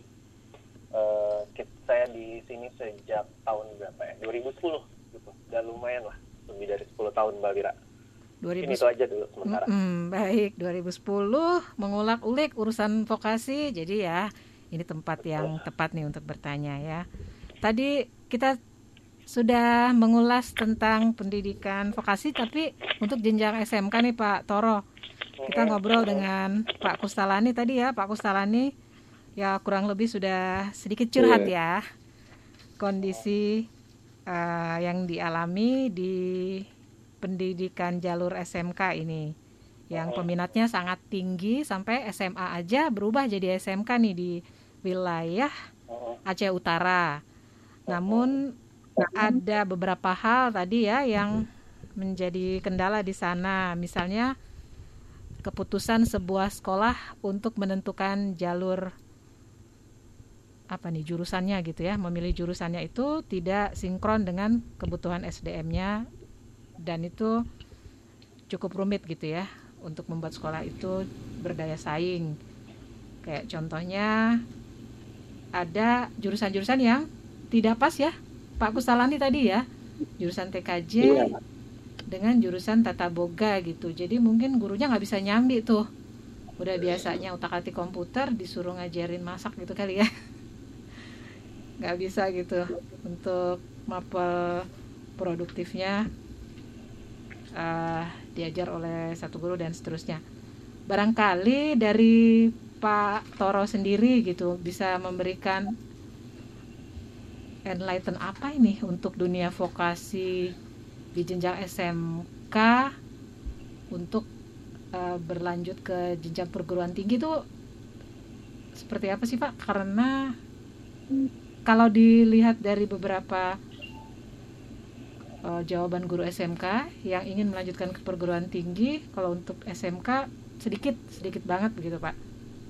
Saya di sini sejak tahun berapa ya? 2010 gitu. Udah lumayan lah, lebih dari 10 tahun Mbak Wira. Ini itu aja dulu sementara. Baik, 2010 mengulak-ulik urusan vokasi. Jadi ya, ini tempat yang tepat nih untuk bertanya ya. Tadi kita sudah mengulas tentang pendidikan vokasi, tapi untuk jenjang SMK nih Pak Toro. Kita ngobrol dengan Pak Kustalani tadi ya. Pak Kustalani ya kurang lebih sudah sedikit curhat ya. Kondisi yang dialami di pendidikan jalur SMK ini. Yang peminatnya sangat tinggi sampai SMA aja berubah jadi SMK nih di wilayah Aceh Utara. Namun ada beberapa hal tadi ya yang menjadi kendala di sana. Misalnya keputusan sebuah sekolah untuk menentukan jalur jurusannya gitu ya, memilih jurusannya itu tidak sinkron dengan kebutuhan SDM-nya, dan itu cukup rumit gitu ya untuk membuat sekolah itu berdaya saing. Kayak contohnya ada jurusan-jurusan yang tidak pas ya, Pak Kustalani tadi ya, jurusan TKJ dengan jurusan tata boga gitu. Jadi mungkin gurunya nggak bisa nyambi tuh. Udah biasanya utak-atik komputer disuruh ngajarin masak gitu kali ya. Nggak bisa gitu untuk mapel produktifnya diajar oleh satu guru dan seterusnya. Barangkali dari Pak Toro sendiri gitu bisa memberikan enlighten apa ini untuk dunia vokasi di jenjang SMK untuk berlanjut ke jenjang perguruan tinggi itu seperti apa sih Pak? Karena kalau dilihat dari beberapa jawaban guru SMK yang ingin melanjutkan ke perguruan tinggi, kalau untuk SMK sedikit banget begitu Pak.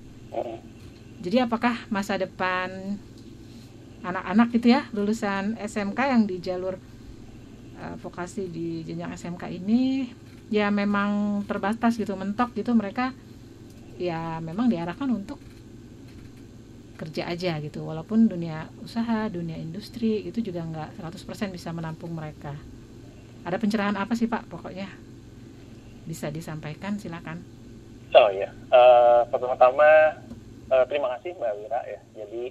Jadi apakah masa depan anak-anak gitu ya lulusan SMK yang di jalur vokasi di jenjang SMK ini ya memang terbatas gitu, mentok gitu, mereka ya memang diarahkan untuk kerja aja gitu, walaupun dunia usaha, dunia industri itu juga nggak 100% bisa menampung mereka. Ada pencerahan apa sih Pak pokoknya bisa disampaikan, silakan. Oh iya, pertama-tama terima kasih Mbak Wira ya. Jadi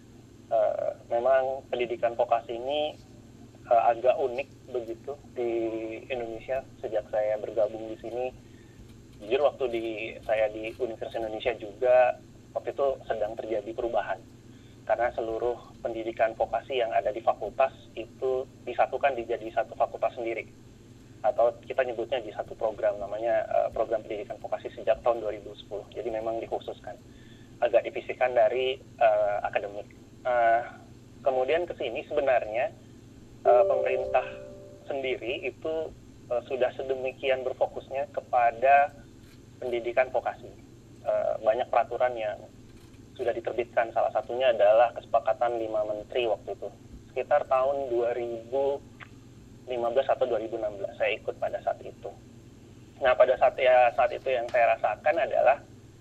memang pendidikan vokasi ini agak unik begitu di Indonesia sejak saya bergabung di sini. Jujur waktu saya di Universitas Indonesia juga waktu itu sedang terjadi perubahan karena seluruh pendidikan vokasi yang ada di fakultas itu disatukan jadi satu fakultas sendiri, atau kita nyebutnya di satu program namanya program pendidikan vokasi sejak tahun 2010. Jadi memang dikhususkan, agak divisikan dari akademik. Kemudian ke sini sebenarnya pemerintah sendiri itu sudah sedemikian berfokusnya kepada pendidikan vokasi. Banyak peraturan yang sudah diterbitkan, salah satunya adalah kesepakatan 5 menteri waktu itu sekitar tahun 2015 atau 2016. Saya ikut pada saat itu. Nah, pada saat itu yang saya rasakan adalah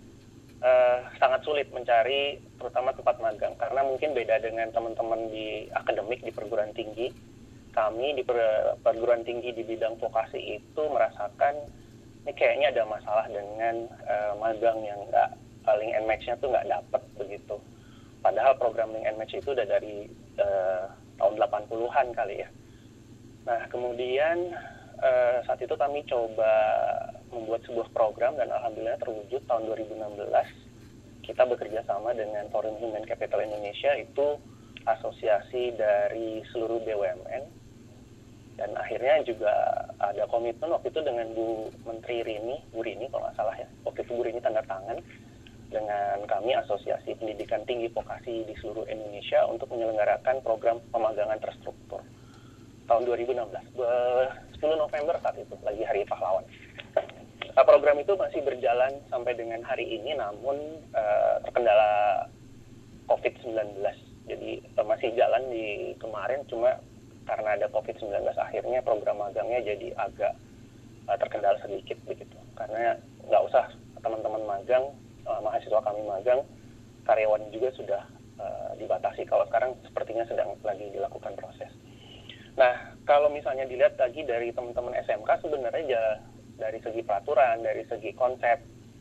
sangat sulit mencari terutama tempat magang, karena mungkin beda dengan teman-teman di akademik di perguruan tinggi. Kami di perguruan tinggi di bidang vokasi itu merasakan ini kayaknya ada masalah dengan magang yang link and match-nya tuh nggak dapat begitu. Padahal program link and match itu udah dari tahun 80-an kali ya. Nah, kemudian saat itu kami coba membuat sebuah program dan alhamdulillah terwujud tahun 2016. Kita bekerja sama dengan Forum Human Capital Indonesia, itu asosiasi dari seluruh BUMN. Dan akhirnya juga ada komitmen waktu itu dengan Bu Rini kalau nggak salah ya. Waktu itu Bu Rini tanda tangan dengan kami Asosiasi Pendidikan Tinggi Vokasi di seluruh Indonesia untuk menyelenggarakan program pemagangan terstruktur tahun 2016, 10 November saat itu, lagi Hari Pahlawan. Program itu masih berjalan sampai dengan hari ini, namun terkendala COVID-19. Jadi masih jalan di kemarin, cuma karena ada COVID-19 akhirnya program magangnya jadi agak terkendala sedikit begitu. Karena nggak usah teman-teman magang, mahasiswa kami magang, karyawan juga sudah dibatasi. Kalau sekarang sepertinya sedang lagi dilakukan proses. Nah, kalau misalnya dilihat lagi dari teman-teman SMK, sebenarnya dari segi peraturan, dari segi konsep,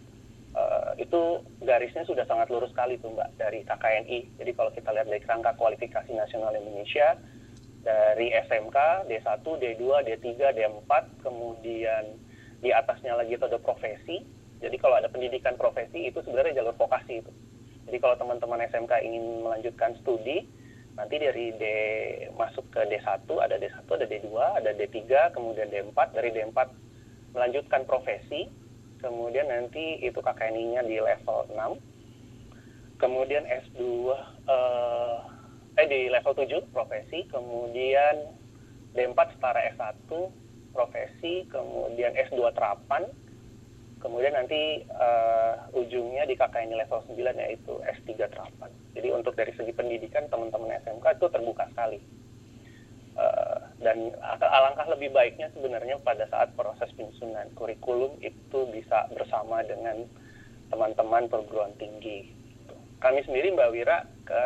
itu garisnya sudah sangat lurus sekali tuh Mbak, dari KKNI. Jadi kalau kita lihat dari Kerangka Kualifikasi Nasional Indonesia, dari SMK, D1, D2, D3, D4, kemudian di atasnya lagi itu ada profesi. Jadi kalau ada pendidikan profesi itu sebenarnya jalur vokasi itu. Jadi kalau teman-teman SMK ingin melanjutkan studi, nanti dari masuk ke D1, ada D1, ada D2, ada D3, kemudian D4, dari D4 melanjutkan profesi, kemudian nanti itu KKNI-nya di level 6, kemudian S2, di level 7 profesi, kemudian D4 setara S1 profesi, kemudian S2 terapan, kemudian nanti ujungnya di KKNI level 9 yaitu S3 terapan. Jadi untuk dari segi pendidikan teman-teman SMK itu terbuka sekali. Dan alangkah lebih baiknya sebenarnya pada saat proses penyusunan kurikulum itu bisa bersama dengan teman-teman perguruan tinggi. Kami sendiri Mbak Wira,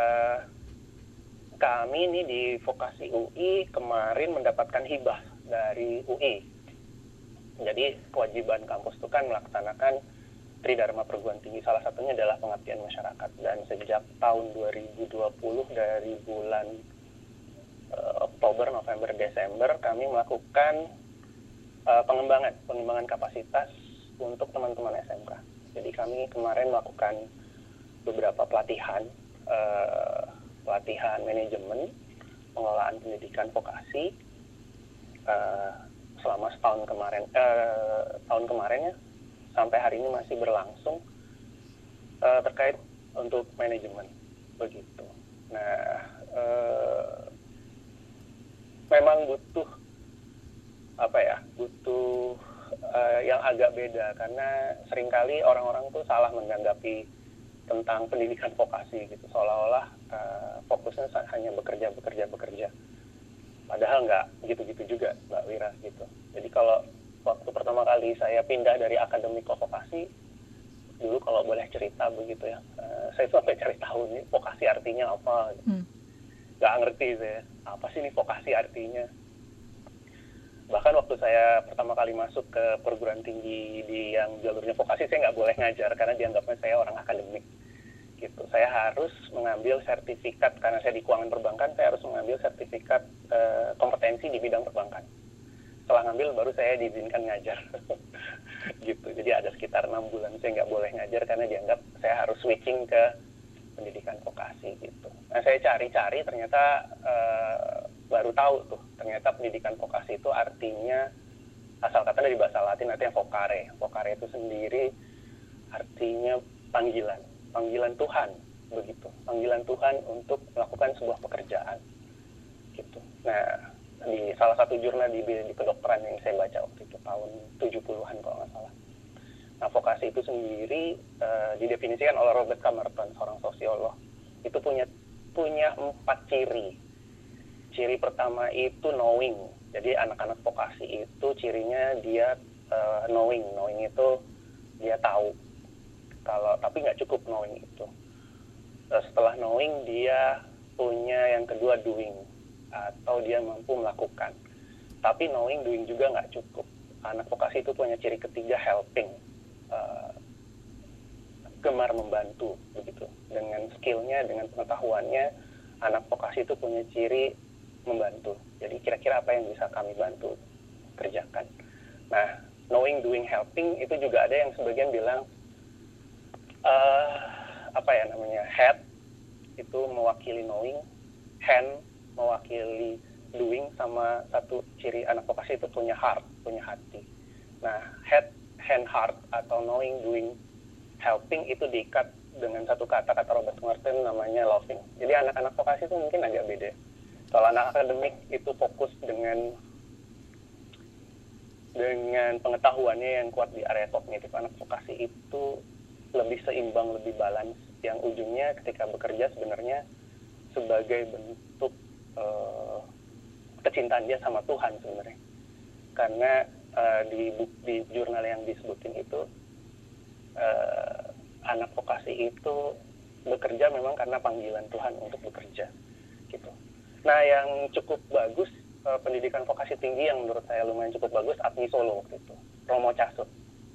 kami ini di Vokasi UI kemarin mendapatkan hibah dari UI. Jadi kewajiban kampus itu kan melaksanakan Tridharma perguruan tinggi, salah satunya adalah pengabdian masyarakat. Dan sejak tahun 2020 dari bulan Oktober, November, Desember kami melakukan pengembangan kapasitas untuk teman-teman SMK. Jadi kami kemarin melakukan beberapa pelatihan manajemen pengelolaan pendidikan vokasi selama tahun kemarin ya, sampai hari ini masih berlangsung terkait untuk manajemen begitu. Nah, memang butuh yang agak beda, karena seringkali orang-orang tuh salah menanggapi tentang pendidikan vokasi gitu, seolah-olah fokusnya hanya bekerja. Padahal nggak gitu-gitu juga, Mbak Wira gitu. Jadi kalau waktu pertama kali saya pindah dari akademik ke vokasi, dulu kalau boleh cerita begitu ya, saya tuh sampai cari tahu nih vokasi artinya apa. Nggak ngerti saya, apa sih ini vokasi artinya. Bahkan waktu saya pertama kali masuk ke perguruan tinggi di yang jalurnya vokasi, saya nggak boleh ngajar karena dianggapnya saya orang akademik gitu. Saya harus mengambil sertifikat, karena saya di keuangan perbankan, saya harus mengambil sertifikat kompetensi di bidang perbankan. Setelah ngambil baru saya diizinkan ngajar gitu. Jadi ada sekitar 6 bulan saya nggak boleh ngajar karena dianggap saya harus switching ke pendidikan vokasi gitu. Nah, saya cari-cari ternyata baru tahu tuh, ternyata pendidikan vokasi itu artinya asal kata dari bahasa Latin, artinya vocare. Vocare itu sendiri artinya panggilan Tuhan begitu. Panggilan Tuhan untuk melakukan sebuah pekerjaan gitu. Nah, di salah satu jurnal di kedokteran yang saya baca waktu itu tahun 70-an kalau nggak salah. Nah, vokasi itu sendiri didefinisikan oleh Robert Camerton, seorang sosiolog. Itu punya 4 ciri. Ciri pertama itu knowing. Jadi anak-anak vokasi itu cirinya dia knowing. Knowing itu dia tahu. Tapi nggak cukup knowing itu. Setelah knowing dia punya yang kedua doing, atau dia mampu melakukan. Tapi knowing, doing juga nggak cukup. Anak vokasi itu punya ciri ketiga helping. Gemar membantu begitu. Dengan skillnya, dengan pengetahuannya, anak vokasi itu punya ciri membantu. Jadi kira-kira apa yang bisa kami bantu kerjakan. Nah, knowing, doing, helping itu juga ada yang sebagian bilang head itu mewakili knowing, hand mewakili doing, sama satu ciri anak vokasi itu punya heart, punya hati. Nah, head, hand, heart atau knowing, doing, helping itu diikat dengan satu kata Robert Camerton namanya loving. Jadi anak-anak vokasi itu mungkin agak beda. Kalau anak akademik itu fokus dengan pengetahuannya yang kuat di area kognitif, anak vokasi itu lebih seimbang, lebih balance, yang ujungnya ketika bekerja sebenarnya sebagai bentuk kecintaan dia sama Tuhan sebenarnya. Karena di jurnal yang disebutin itu anak vokasi itu bekerja memang karena panggilan Tuhan untuk bekerja gitu. Nah, yang cukup bagus pendidikan vokasi tinggi yang menurut saya lumayan cukup bagus, APMI Solo waktu itu, Romo Casut.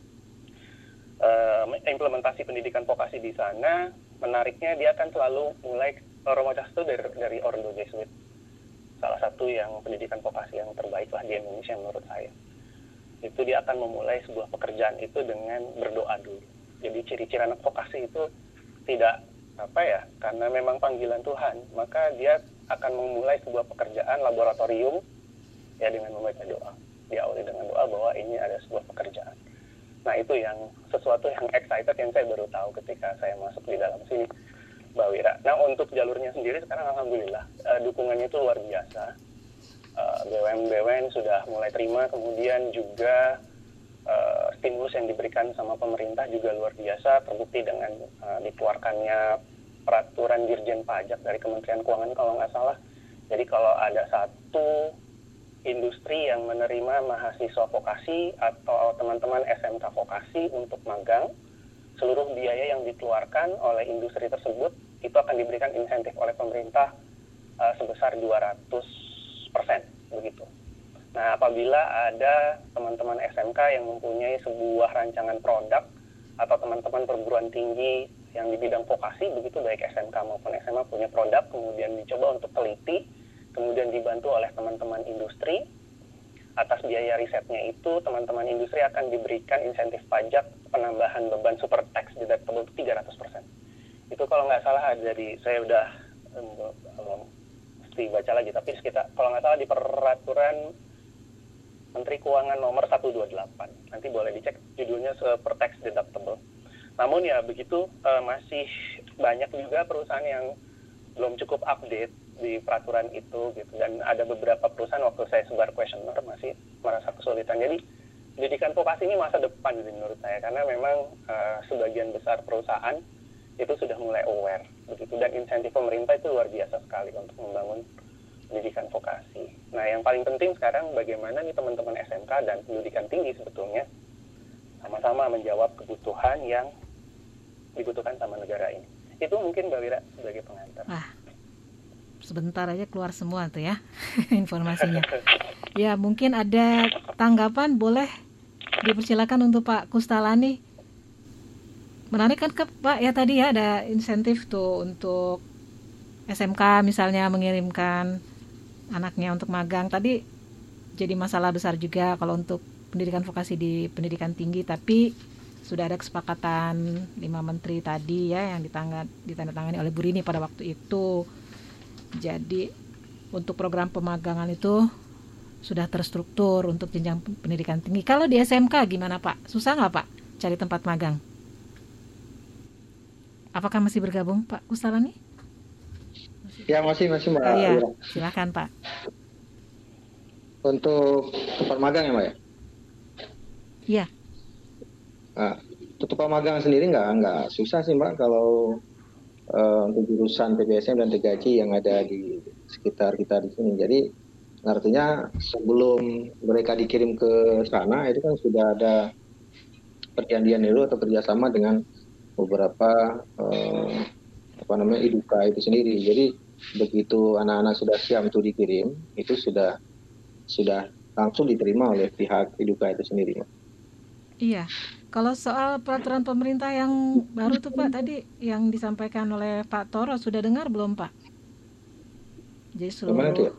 Implementasi pendidikan vokasi di sana, menariknya dia akan selalu mulai, Romo Casut dari Ordo Jesuit, salah satu yang pendidikan vokasi yang terbaik lah di Indonesia menurut saya. Itu dia akan memulai sebuah pekerjaan itu dengan berdoa dulu. Jadi ciri-ciri anak vokasi itu tidak karena memang panggilan Tuhan, maka dia akan memulai sebuah pekerjaan laboratorium ya dengan membaca doa. Diawali dengan doa bahwa ini ada sebuah pekerjaan. Nah, itu yang sesuatu yang excited yang saya baru tahu ketika saya masuk di dalam sini, Mbak Wira. Nah, untuk jalurnya sendiri sekarang alhamdulillah dukungannya itu luar biasa. BUMN sudah mulai terima, kemudian juga stimulus yang diberikan sama pemerintah juga luar biasa, terbukti dengan dikeluarkannya peraturan Dirjen Pajak dari Kementerian Keuangan kalau nggak salah. Jadi kalau ada satu industri yang menerima mahasiswa vokasi atau teman-teman SMK vokasi untuk magang, seluruh biaya yang dikeluarkan oleh industri tersebut itu akan diberikan insentif oleh pemerintah sebesar 200% begitu. Nah, apabila ada teman-teman SMK yang mempunyai sebuah rancangan produk atau teman-teman perguruan tinggi yang di bidang vokasi, begitu baik SMK maupun SMA punya produk, kemudian dicoba untuk teliti, kemudian dibantu oleh teman-teman industri, atas biaya risetnya itu teman-teman industri akan diberikan insentif pajak penambahan beban super tax deductible 300%. Itu kalau nggak salah saya udah mesti baca lagi, tapi sekitar kalau nggak salah di peraturan Menteri Keuangan nomor 128. Nanti boleh dicek judulnya super tax deductible. Namun ya begitu, masih banyak juga perusahaan yang belum cukup update di peraturan itu gitu, dan ada beberapa perusahaan waktu saya sebar questionnaire masih merasa kesulitan. Jadi pendidikan vokasi ini masa depan menurut saya, karena memang sebagian besar perusahaan itu sudah mulai aware begitu, dan insentif pemerintah itu luar biasa sekali untuk membangun pendidikan vokasi. Nah, yang paling penting sekarang bagaimana nih teman-teman SMK dan pendidikan tinggi sebetulnya sama-sama menjawab kebutuhan yang dibutuhkan sama negara ini. Itu mungkin Mbak Wira sebagai pengantar. Sebentar aja keluar semua tuh ya informasinya. Ya, mungkin ada tanggapan, boleh dipersilakan untuk Pak Kustalani. Menarik kan Pak ya, tadi ya ada insentif tuh untuk SMK misalnya mengirimkan anaknya untuk magang. Tadi jadi masalah besar juga kalau untuk pendidikan vokasi di pendidikan tinggi, tapi sudah ada kesepakatan 5 menteri tadi ya yang ditandatangani oleh Bu Rini pada waktu itu. Jadi untuk program pemagangan itu sudah terstruktur untuk jenjang pendidikan tinggi. Kalau di SMK gimana Pak? Susah nggak Pak cari tempat magang? Apakah masih bergabung Pak Kustalani? Ya, masih Mbak. Ya, silakan Pak. Untuk tempat magang ya Mbak ya? Iya. Nah, untuk tempat magang sendiri nggak susah sih Mbak, kalau untuk jurusan PPSM dan TKJ yang ada di sekitar kita di sini. Jadi artinya sebelum mereka dikirim ke sana itu kan sudah ada perjanjian dulu atau kerjasama dengan beberapa IDUKA itu sendiri. Jadi begitu anak-anak sudah siap untuk dikirim, itu sudah langsung diterima oleh pihak IDUKA itu sendiri. Iya. Kalau soal peraturan pemerintah yang baru tuh Pak, tadi yang disampaikan oleh Pak Toro, sudah dengar belum Pak? Jadi seluruh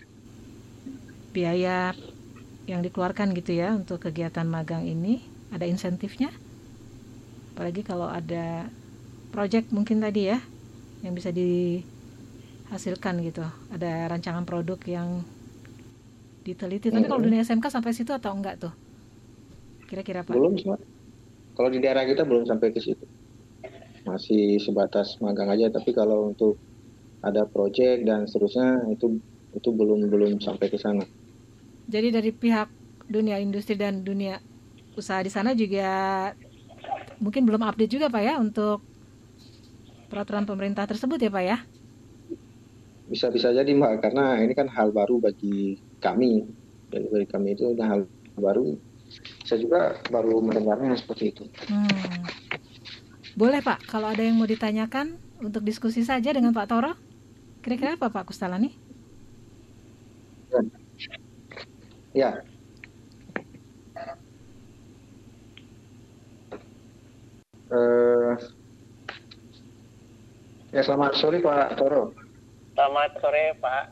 biaya yang dikeluarkan gitu ya untuk kegiatan magang ini ada insentifnya. Apalagi kalau ada project mungkin tadi ya yang bisa dihasilkan gitu, ada rancangan produk yang diteliti. Tapi kalau dunia SMK sampai situ atau enggak tuh? Kira-kira Pak? Belum Pak. Kalau di daerah kita belum sampai ke situ. Masih sebatas magang aja, tapi kalau untuk ada project dan seterusnya itu belum sampai ke sana. Jadi dari pihak dunia industri dan dunia usaha di sana juga mungkin belum update juga Pak ya untuk peraturan pemerintah tersebut ya Pak ya? Bisa jadi Mbak, karena ini kan hal baru bagi kami. Dan bagi kami itu hal baru. Saya juga baru mendengarnya seperti itu. Boleh Pak, kalau ada yang mau ditanyakan untuk diskusi saja dengan Pak Toro. Kira-kira apa Pak Kustalani? Ya. Ya, selamat sore Pak Toro. Selamat sore Pak.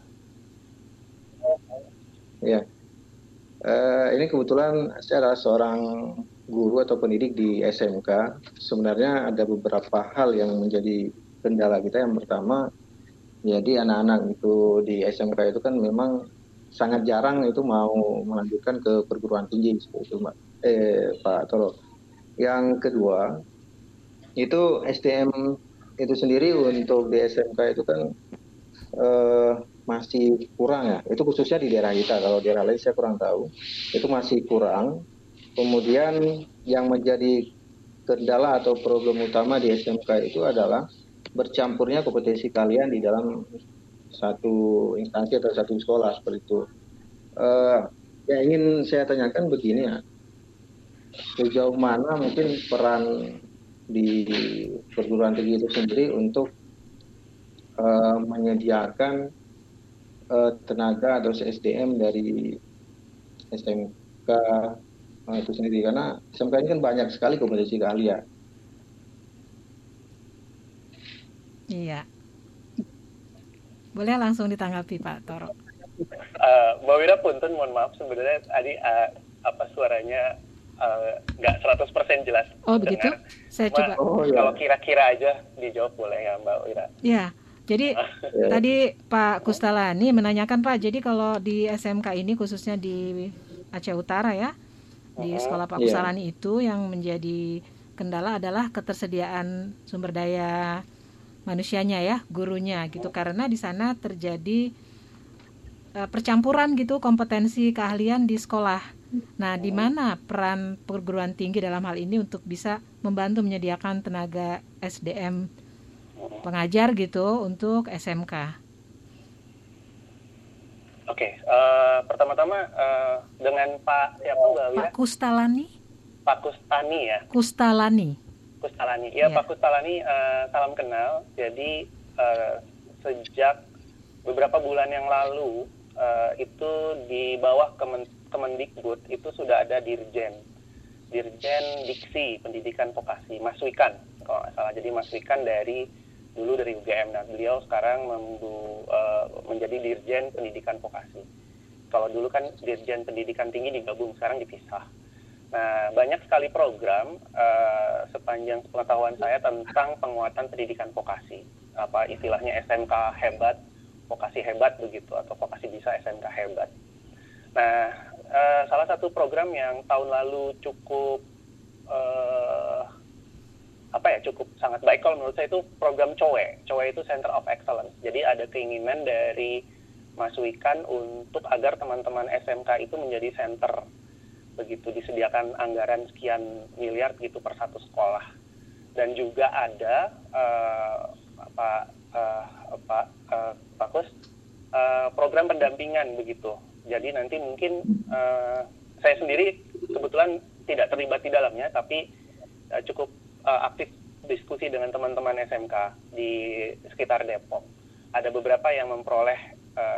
Ya. Ini kebetulan saya adalah seorang guru atau pendidik di SMK. Sebenarnya ada beberapa hal yang menjadi kendala kita. Yang pertama, jadi anak-anak itu di SMK itu kan memang sangat jarang itu mau melanjutkan ke perguruan tinggi seperti itu, Pak Toro. Yang kedua, itu SDM itu sendiri untuk di SMK itu kan masih kurang ya. Itu khususnya di daerah kita. Kalau daerah lain saya kurang tahu. Itu masih kurang. Kemudian yang menjadi kendala atau problem utama di SMK itu adalah bercampurnya kompetensi kalian di dalam satu instansi atau satu sekolah seperti itu. Yang ingin saya tanyakan begini ya, sejauh mana mungkin peran di perguruan tinggi itu sendiri untuk menyediakan tenaga atau SDM dari SMK itu sendiri, karena SMK ini kan banyak sekali kompetensi keahlian. Iya. Boleh langsung ditanggapi Pak Toro. Mbak Wira punten, mohon maaf sebenarnya tadi suaranya nggak 100% jelas. Oh begitu? Saya coba. Kalau kira-kira aja dijawab boleh ya Mbak Wira. Ya. Jadi tadi Pak Kustalani menanyakan Pak, jadi kalau di SMK ini khususnya di Aceh Utara ya, di sekolah Pak Kustalani itu yang menjadi kendala adalah ketersediaan sumber daya manusianya ya, gurunya gitu, karena di sana terjadi percampuran gitu kompetensi keahlian di sekolah. Nah, di mana peran perguruan tinggi dalam hal ini untuk bisa membantu menyediakan tenaga SDM pengajar gitu untuk SMK? Oke, pertama-tama dengan Pak siapa Mbak Wira? Pak Kustalani. Pak Kustani ya? Kustalani. Ya, Pak Kustalani, salam kenal. Jadi sejak beberapa bulan yang lalu itu di bawah Kemendikbud itu sudah ada Dirjen Diksi Pendidikan Vokasi, Mas Wikan kalau nggak salah. Jadi Mas Wikan dulu dari UGM, dan beliau sekarang menjadi Dirjen Pendidikan Vokasi. Kalau dulu kan Dirjen Pendidikan Tinggi digabung, sekarang dipisah. Nah, banyak sekali program sepanjang pengetahuan saya tentang penguatan pendidikan vokasi. Apa istilahnya SMK hebat, vokasi hebat begitu, atau vokasi bisa SMK hebat. Nah, salah satu program yang tahun lalu cukup cukup sangat baik kalau menurut saya itu program COE. COE itu Center of Excellence. Jadi ada keinginan dari Mas Wikan untuk agar teman-teman SMK itu menjadi center, begitu, disediakan anggaran sekian miliar gitu per satu sekolah. Dan juga ada program pendampingan begitu. Jadi nanti mungkin saya sendiri kebetulan tidak terlibat di dalamnya, tapi cukup aktif diskusi dengan teman-teman SMK di sekitar Depok. Ada beberapa yang memperoleh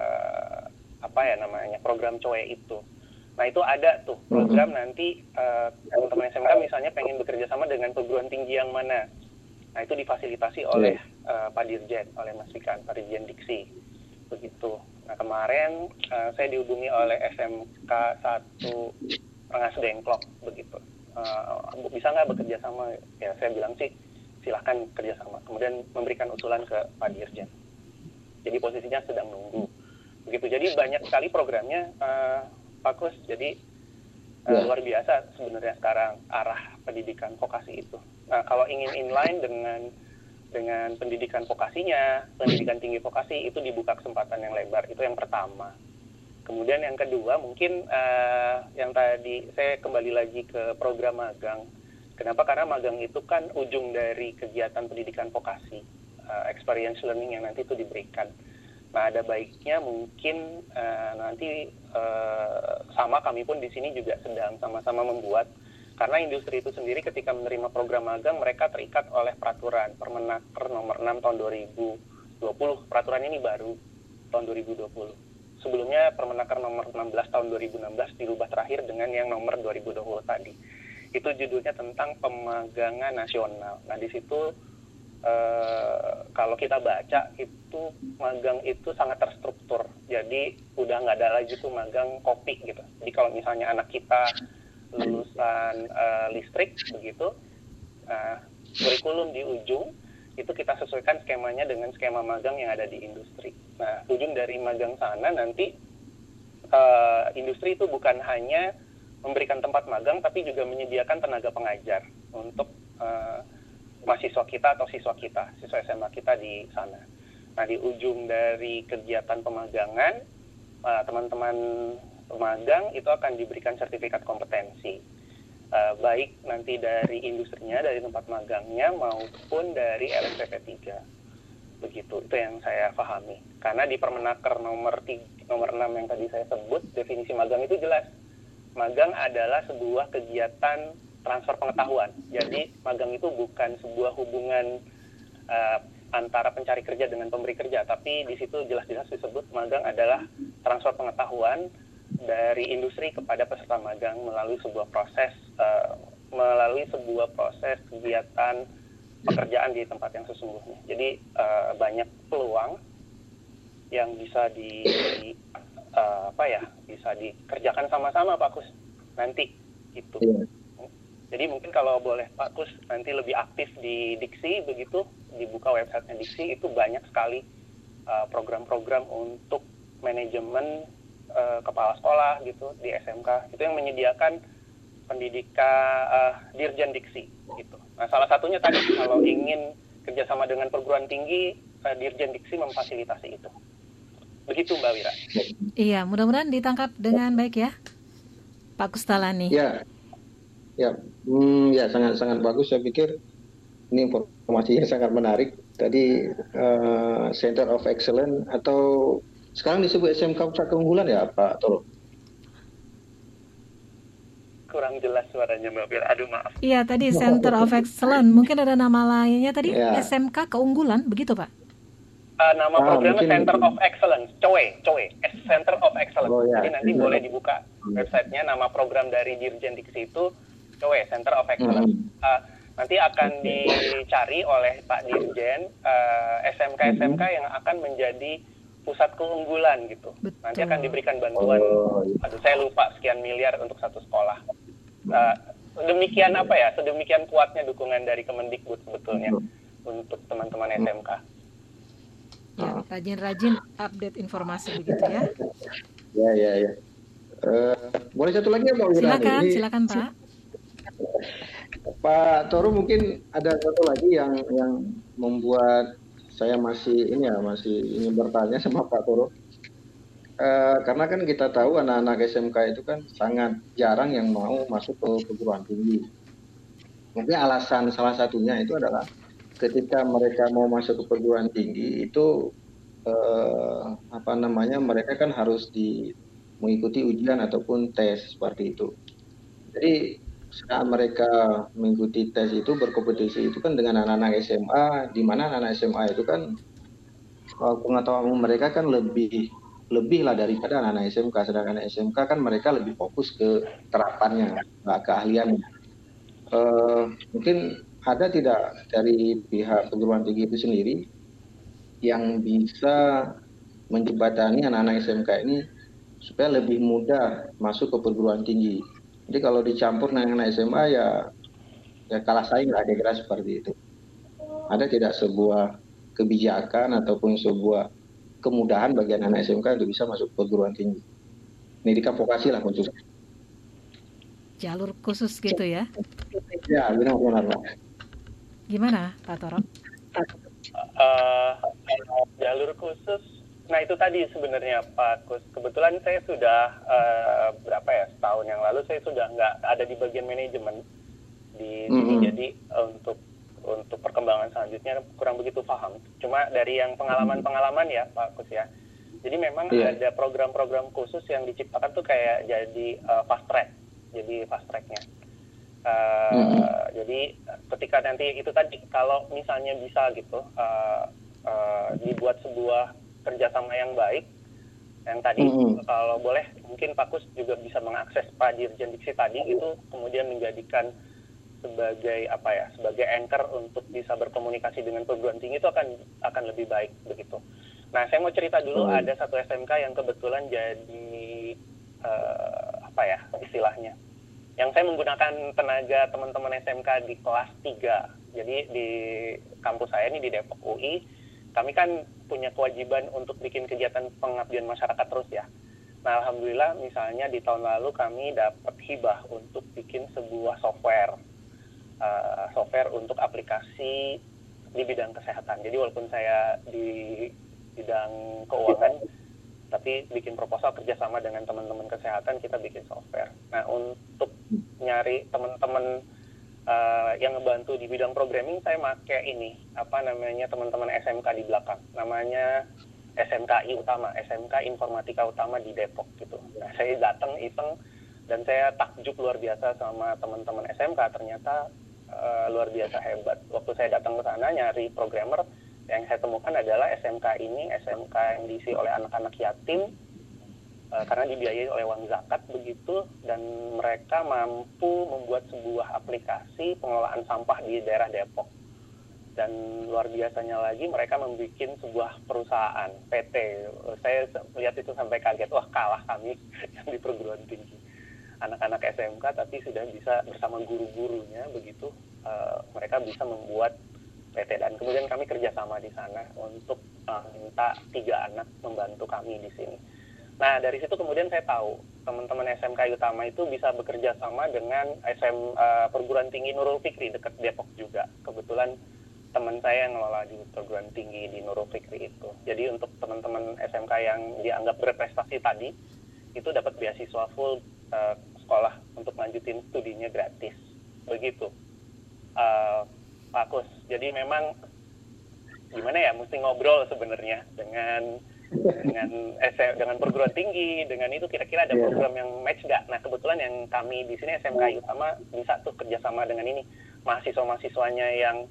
program COE itu. Nah, itu ada tuh program nanti teman-teman SMK misalnya pengen bekerja sama dengan perguruan tinggi yang mana. Nah, itu difasilitasi oleh Pak Dirjen, oleh Mas Wikan, Pak Dirjen Diksi. Begitu. Nah, kemarin saya dihubungi oleh SMK 1 Rengas Dengklok, begitu. Bisa nggak bekerja sama? Ya, saya bilang sih silahkan kerjasama. Kemudian memberikan usulan ke Pak Dirjen. Jadi posisinya sedang nunggu. Begitu. Jadi banyak sekali programnya, Pak Kus. Jadi luar biasa sebenarnya sekarang arah pendidikan vokasi itu. Nah, kalau ingin inline dengan pendidikan vokasinya, pendidikan tinggi vokasi itu dibuka kesempatan yang lebar. Itu yang pertama. Kemudian yang kedua mungkin yang tadi saya kembali lagi ke program magang. Kenapa? Karena magang itu kan ujung dari kegiatan pendidikan vokasi, experience learning yang nanti itu diberikan. Nah, ada baiknya mungkin nanti kami pun di sini juga sedang sama-sama membuat, karena industri itu sendiri ketika menerima program magang mereka terikat oleh peraturan Permenaker nomor 6 tahun 2020. Peraturan ini baru tahun 2020. Sebelumnya Permenaker nomor 16 tahun 2016 dirubah terakhir dengan yang nomor 2020 tadi. Itu judulnya tentang pemagangan nasional. Nah, di situ kalau kita baca itu magang itu sangat terstruktur. Jadi udah nggak ada lagi tuh magang kopi gitu. Jadi kalau misalnya anak kita lulusan listrik begitu, kurikulum di ujung itu kita sesuaikan skemanya dengan skema magang yang ada di industri. Nah, ujung dari magang sana nanti industri itu bukan hanya memberikan tempat magang, tapi juga menyediakan tenaga pengajar untuk mahasiswa kita atau siswa SMA kita di sana. Nah, di ujung dari kegiatan pemagangan, teman-teman pemagang itu akan diberikan sertifikat kompetensi, baik nanti dari industrinya, dari tempat magangnya, maupun dari LSPP 3. begitu. Itu yang saya pahami. Karena di Permenaker nomor 6 yang tadi saya sebut, definisi magang itu jelas. Magang adalah sebuah kegiatan transfer pengetahuan. Jadi magang itu bukan sebuah hubungan antara pencari kerja dengan pemberi kerja, tapi di situ jelas-jelas disebut magang adalah transfer pengetahuan dari industri kepada peserta magang melalui sebuah proses kegiatan pekerjaan di tempat yang sesungguhnya. Jadi banyak peluang yang bisa bisa dikerjakan sama-sama Pak Kus nanti gitu. Jadi mungkin kalau boleh Pak Kus nanti lebih aktif di Diksi begitu, dibuka websitenya Diksi, itu banyak sekali program-program untuk manajemen kepala sekolah gitu di SMK, itu yang menyediakan pendidikan Dirjen Diksi gitu. Nah, salah satunya tadi kalau ingin kerjasama dengan perguruan tinggi, Dirjen Diksi memfasilitasi itu. Begitu Mbak Wira. Iya, mudah-mudahan ditangkap dengan baik ya, Pak Kustalani. Ya, sangat bagus. Saya pikir ini informasinya sangat menarik. Tadi Center of Excellence atau sekarang disebut SMK Pusat Keunggulan ya Pak Toro? Kurang jelas suaranya Mbak Wira. Aduh maaf. Iya, tadi Center of Excellence. Mungkin ada nama lainnya tadi SMK Keunggulan, begitu Pak? Nama programnya Center of Excellence, COE, Center of Excellence. Jadi nanti boleh dibuka websitenya, nama program dari Dirjen Diksi itu COE, Center of Excellence. Nanti akan dicari oleh Pak Dirjen SMK-SMK yang akan menjadi pusat keunggulan gitu. Betul. Nanti akan diberikan bantuan, saya lupa sekian miliar untuk satu sekolah. Sedemikian kuatnya dukungan dari Kemendikbud sebetulnya untuk teman-teman SMK. Ya, rajin-rajin update informasi begitu ya. Ya. Boleh satu lagi ya Mbak Wira? Silakan Pak. Pak Toro, mungkin ada satu lagi yang membuat saya masih ingin bertanya sama Pak Toro. Karena kan kita tahu anak-anak SMK itu kan sangat jarang yang mau masuk ke perguruan tinggi. Mungkin alasan salah satunya itu adalah ketika mereka mau masuk ke perguruan tinggi itu mereka kan harus mengikuti ujian ataupun tes seperti itu. Jadi saat mereka mengikuti tes itu, berkompetisi itu kan dengan anak-anak SMA, di mana anak-anak SMA itu kan pengetahuan mereka kan lebih lah daripada anak-anak SMK. Sedangkan anak SMK kan mereka lebih fokus ke terapannya, keahliannya. Mungkin ada tidak dari pihak perguruan tinggi itu sendiri yang bisa menjembatani anak-anak SMK ini supaya lebih mudah masuk ke perguruan tinggi? Jadi kalau dicampur dengan anak SMA ya kalah saing lah, kira-kira seperti itu. Ada tidak sebuah kebijakan ataupun sebuah kemudahan bagi anak SMK untuk bisa masuk perguruan tinggi? Pendidikan vokasi lah khususnya. Jalur khusus gitu ya? Ya, benar Pak. Gimana Pak Toro? Jalur khusus, nah itu tadi sebenarnya Pak Kus. Kebetulan saya sudah setahun yang lalu saya sudah nggak ada di bagian manajemen di sini, jadi untuk perkembangan selanjutnya kurang begitu paham. Cuma dari yang pengalaman ya Pak Kus ya. Jadi memang ada program-program khusus yang diciptakan tuh kayak jadi fast tracknya. Jadi ketika nanti itu tadi kalau misalnya bisa gitu dibuat sebuah kerjasama yang baik, yang tadi kalau boleh mungkin Pak Kus juga bisa mengakses Pak Dirjen Diksi tadi itu, kemudian menjadikan sebagai anchor untuk bisa berkomunikasi dengan perguruan tinggi, itu akan lebih baik begitu. Nah, saya mau cerita dulu, ada satu SMK yang kebetulan jadi istilahnya, yang saya menggunakan tenaga teman-teman SMK di kelas 3. Jadi di kampus saya ini di Depok UI, kami kan punya kewajiban untuk bikin kegiatan pengabdian masyarakat terus ya. Nah, alhamdulillah misalnya di tahun lalu kami dapat hibah untuk bikin sebuah software untuk aplikasi di bidang kesehatan. Jadi walaupun saya di bidang keuangan, tapi bikin proposal kerjasama dengan teman-teman kesehatan, kita bikin software. Nah, untuk nyari teman-teman yang ngebantu di bidang programming saya pakai ini teman-teman SMK di belakang, namanya SMKI Utama, SMK Informatika Utama di Depok gitu. Nah, saya datang iseng dan saya takjub luar biasa sama teman-teman SMK, ternyata luar biasa hebat. Waktu saya datang ke sana nyari programmer, yang saya temukan adalah SMK ini SMK yang diisi oleh anak-anak yatim karena dibiayai oleh uang zakat begitu, dan mereka mampu membuat sebuah aplikasi pengelolaan sampah di daerah Depok. Dan luar biasanya lagi mereka membuat sebuah perusahaan PT. Saya lihat itu sampai kaget, wah kalah kami yang di perguruan tinggi. Anak-anak SMK tapi sudah bisa bersama guru-gurunya begitu, mereka bisa membuat PT, dan kemudian kami kerjasama di sana untuk minta 3 anak membantu kami di sini. Nah, dari situ kemudian saya tahu teman-teman SMK Utama itu bisa bekerja sama dengan perguruan tinggi Nurul Fikri dekat Depok juga. Kebetulan teman saya yang ngelola di perguruan tinggi di Nurul Fikri itu. Jadi untuk teman-teman SMK yang dianggap berprestasi tadi, itu dapat beasiswa full sekolah untuk lanjutin studinya gratis. Begitu. Pak Kus. Jadi memang gimana ya, mesti ngobrol sebenarnya dengan perguruan tinggi, dengan itu kira-kira ada program yang match nggak? Nah, kebetulan yang kami di sini SMK Utama bisa tuh kerjasama dengan ini, mahasiswa-mahasiswanya yang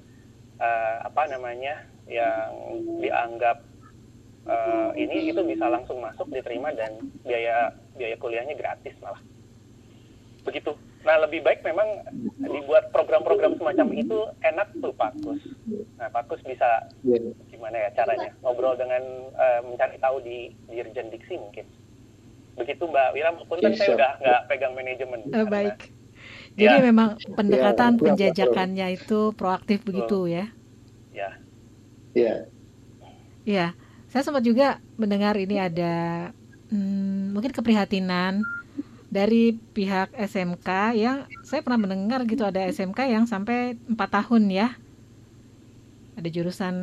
yang dianggap ini itu bisa langsung masuk, diterima, dan biaya kuliahnya gratis malah. Begitu. Nah, lebih baik memang dibuat program-program semacam itu, enak tuh Pak Kus. Nah, Pak Kus bisa gimana ya caranya ngobrol dengan mencari tahu di Dirjen Diksi mungkin. Begitu Mbak Wira, punten saya udah nggak pegang manajemen. Baik. Jadi memang pendekatan penjajakannya itu proaktif begitu ya? Iya. Saya sempat juga mendengar ini ada mungkin keprihatinan dari pihak SMK yang saya pernah mendengar gitu, ada SMK yang sampai 4 tahun ya. Ada jurusan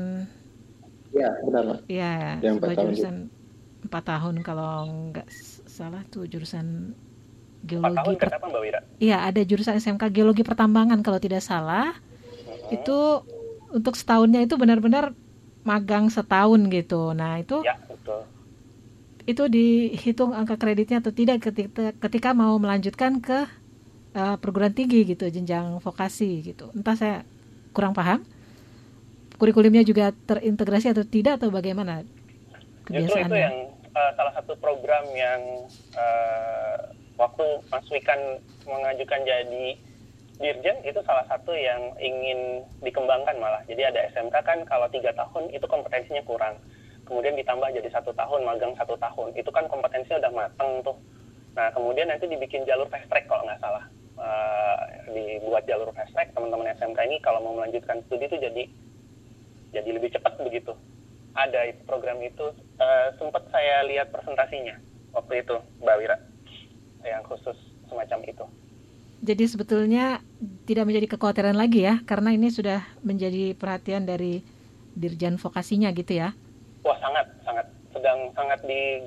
benar. Iya, sebuah jurusan 4 tahun kalau nggak salah tuh jurusan geologi. 4 tahun kenapa Mbak Wira? Iya, ada jurusan SMK Geologi Pertambangan kalau tidak salah. Itu untuk setahunnya itu benar-benar magang setahun gitu. Nah, itu betul. Itu dihitung angka kreditnya atau tidak ketika mau melanjutkan ke perguruan tinggi gitu, jenjang vokasi gitu. Entah, saya kurang paham. Kurikulumnya juga terintegrasi atau tidak, atau bagaimana kebiasaannya? Justru itu yang salah satu program yang waktu Mas Wikan mengajukan jadi Dirjen, itu salah satu yang ingin dikembangkan malah. Jadi ada SMK kan kalau 3 tahun itu kompetensinya kurang. Kemudian ditambah jadi 1 tahun, magang 1 tahun. Itu kan kompetensinya udah mateng tuh. Nah, kemudian nanti dibikin jalur fast track kalau nggak salah. Dibuat jalur fast track, teman-teman SMK ini kalau mau melanjutkan studi itu jadi lebih cepat begitu. Ada program itu, sempat saya lihat presentasinya waktu itu, Mbak Wira, yang khusus semacam itu. Jadi sebetulnya tidak menjadi kekhawatiran lagi ya, karena ini sudah menjadi perhatian dari Dirjen Vokasinya gitu ya? Wah, sangat sangat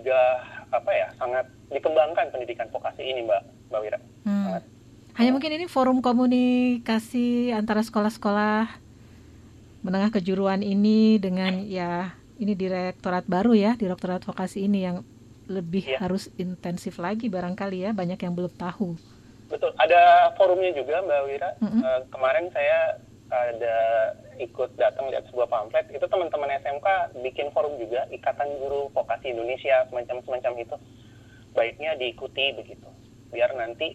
dikembangkan pendidikan vokasi ini, Mbak Wira. Sangat. Hanya mungkin ini forum komunikasi antara sekolah-sekolah menengah kejuruan ini dengan ini direktorat baru ya, direktorat vokasi ini yang lebih harus intensif lagi barangkali ya, banyak yang belum tahu. Betul, ada forumnya juga Mbak Wira. Kemarin saya ada ikut datang lihat sebuah pamflet, itu teman-teman SMK bikin forum juga, Ikatan Guru Vokasi Indonesia, semacam itu. Baiknya diikuti begitu, biar nanti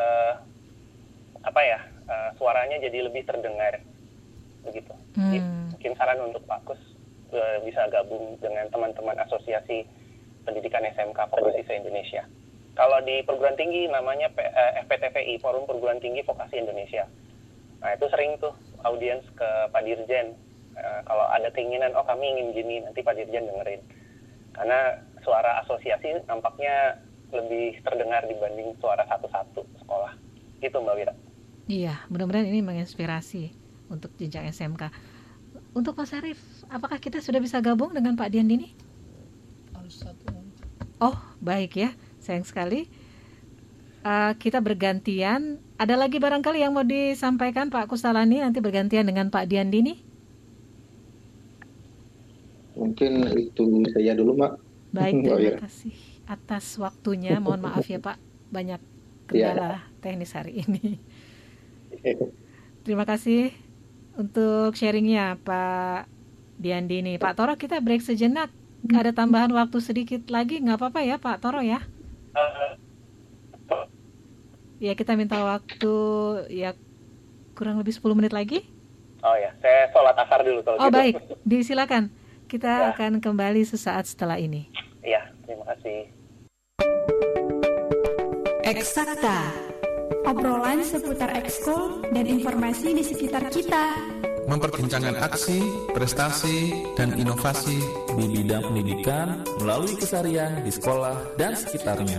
suaranya jadi lebih terdengar begitu. Mungkin saran untuk Pak Kus bisa gabung dengan teman-teman asosiasi pendidikan SMK Vokasi se-Indonesia. Kalau di perguruan tinggi namanya FPTVI, Forum Perguruan Tinggi Vokasi Indonesia. Nah, itu sering tuh audiens ke Pak Dirjen. Kalau ada keinginan, kami ingin gini, nanti Pak Dirjen dengerin. Karena suara asosiasi nampaknya lebih terdengar dibanding suara satu-satu sekolah. Gitu Mbak Wira. Iya, mudah-mudahan ini menginspirasi untuk jenjang SMK. Untuk Mas Arif, apakah kita sudah bisa gabung dengan Pak Diandini? Oh, baik ya. Sayang sekali. Kita bergantian, Ada lagi barangkali yang mau disampaikan Pak Kustalani, nanti bergantian dengan Pak Diandini? Mungkin itu saya dulu, Mbak. Baik, Mbak terima Wira. kasih atas waktunya. Mohon maaf ya Pak, banyak kendala teknis hari ini. Terima kasih untuk sharingnya Pak Diandini. Pak Toro, kita break sejenak. Ada tambahan waktu sedikit lagi, nggak apa-apa ya Pak Toro ya? Ya, kita minta waktu ya kurang lebih 10 menit lagi. Oh ya, saya sholat asar dulu kalau Oh gitu. baik, disilakan. Kita Ya. akan kembali sesaat setelah ini. Iya, terima kasih. Eksakta, obrolan seputar ekskul dan informasi di sekitar kita. Memperbincangkan aksi, prestasi, dan inovasi di bidang pendidikan melalui keseharian di sekolah dan sekitarnya.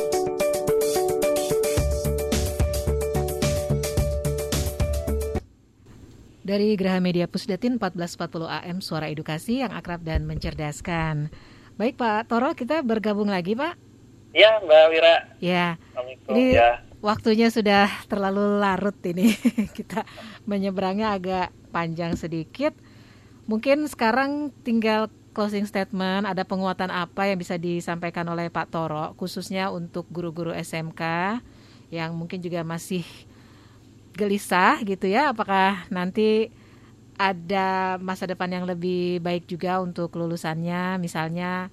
Dari Graha Media Pusdatin 1440 AM, Suara Edukasi yang akrab dan mencerdaskan. Baik Pak Toro, kita bergabung lagi Pak. Ya, Mbak Wira. Ya, Assalamualaikum. ini Ya. waktunya sudah terlalu larut ini. Kita menyeberangnya agak panjang sedikit. Mungkin sekarang tinggal closing statement, ada penguatan apa yang bisa disampaikan oleh Pak Toro, khususnya untuk guru-guru SMK yang mungkin juga masih gelisah gitu ya, apakah nanti ada masa depan yang lebih baik juga untuk lulusannya, misalnya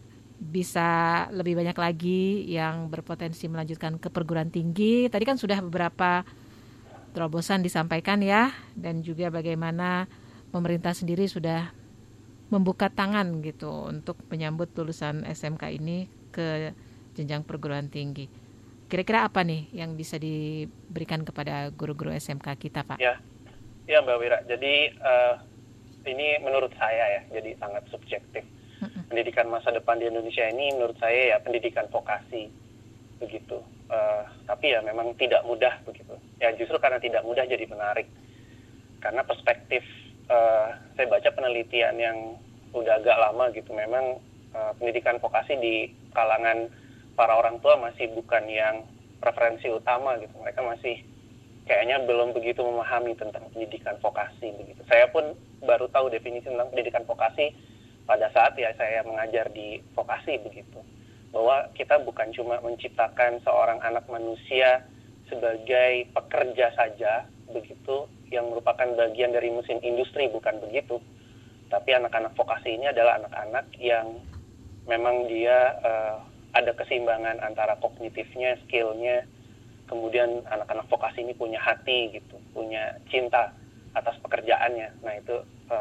bisa lebih banyak lagi yang berpotensi melanjutkan ke perguruan tinggi. Tadi kan sudah beberapa terobosan disampaikan ya, dan juga bagaimana pemerintah sendiri sudah membuka tangan gitu untuk menyambut lulusan SMK ini ke jenjang perguruan tinggi. Kira-kira apa nih yang bisa diberikan kepada guru-guru SMK kita, Pak? Ya, Mbak Wira. Jadi ini menurut saya ya, jadi sangat subjektif. Pendidikan masa depan di Indonesia ini menurut saya ya pendidikan vokasi, begitu. Tapi ya memang tidak mudah begitu. Ya justru karena tidak mudah jadi menarik. Karena perspektif, saya baca penelitian yang udah agak lama gitu, memang pendidikan vokasi di kalangan para orang tua masih bukan yang preferensi utama gitu. Mereka masih kayaknya belum begitu memahami tentang pendidikan vokasi begitu. Saya pun baru tahu definisi tentang pendidikan vokasi pada saat ya saya mengajar di vokasi begitu. Bahwa kita bukan cuma menciptakan seorang anak manusia sebagai pekerja saja begitu, yang merupakan bagian dari mesin industri, bukan begitu. Tapi anak-anak vokasi ini adalah anak-anak yang memang dia ada keseimbangan antara kognitifnya, skillnya, kemudian anak-anak vokasi ini punya hati gitu, punya cinta atas pekerjaannya. Nah itu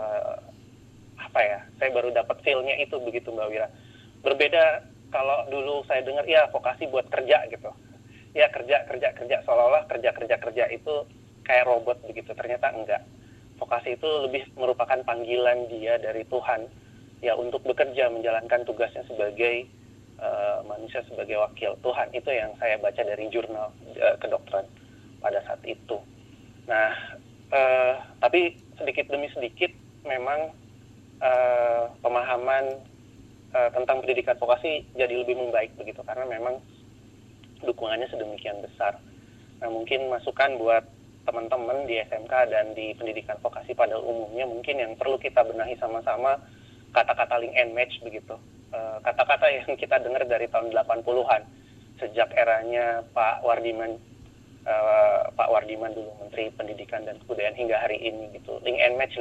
saya baru dapat feel-nya itu begitu Mbak Wira. Berbeda kalau dulu saya dengar ya vokasi buat kerja gitu, ya kerja seolah-olah kerja itu kayak robot begitu. Ternyata enggak. Vokasi itu lebih merupakan panggilan dia dari Tuhan ya untuk bekerja, menjalankan tugasnya sebagai manusia, sebagai wakil Tuhan. Itu yang saya baca dari jurnal kedokteran pada saat itu. Nah, tapi sedikit demi sedikit memang pemahaman tentang pendidikan vokasi jadi lebih membaik begitu, karena memang dukungannya sedemikian besar. Nah, mungkin masukan buat teman-teman di SMK dan di pendidikan vokasi pada umumnya, mungkin yang perlu kita benahi sama-sama kata-kata link and match begitu. Kata-kata yang kita dengar dari tahun 80-an, sejak eranya Pak Wardiman dulu Menteri Pendidikan dan Kebudayaan hingga hari ini gitu. Link and match.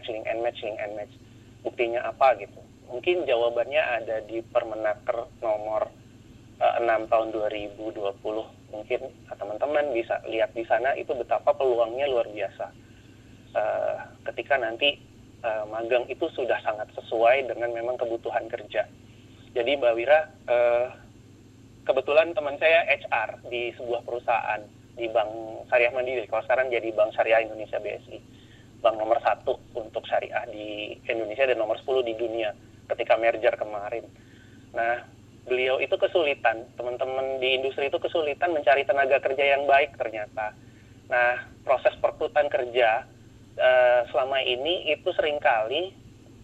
Buktinya apa gitu? Mungkin jawabannya ada di Permenaker nomor 6 tahun 2020. Mungkin teman-teman bisa lihat di sana itu betapa peluangnya luar biasa. Ketika nanti magang itu sudah sangat sesuai dengan memang kebutuhan kerja. Jadi Mbak Wira, kebetulan teman saya HR di sebuah perusahaan di Bank Syariah Mandiri, kalau sekarang jadi Bank Syariah Indonesia BSI, bank nomor 1 untuk syariah di Indonesia dan nomor 10 di dunia ketika merger kemarin. Nah, beliau itu kesulitan, teman-teman di industri itu kesulitan mencari tenaga kerja yang baik ternyata. Nah, proses perekrutan kerja selama ini itu seringkali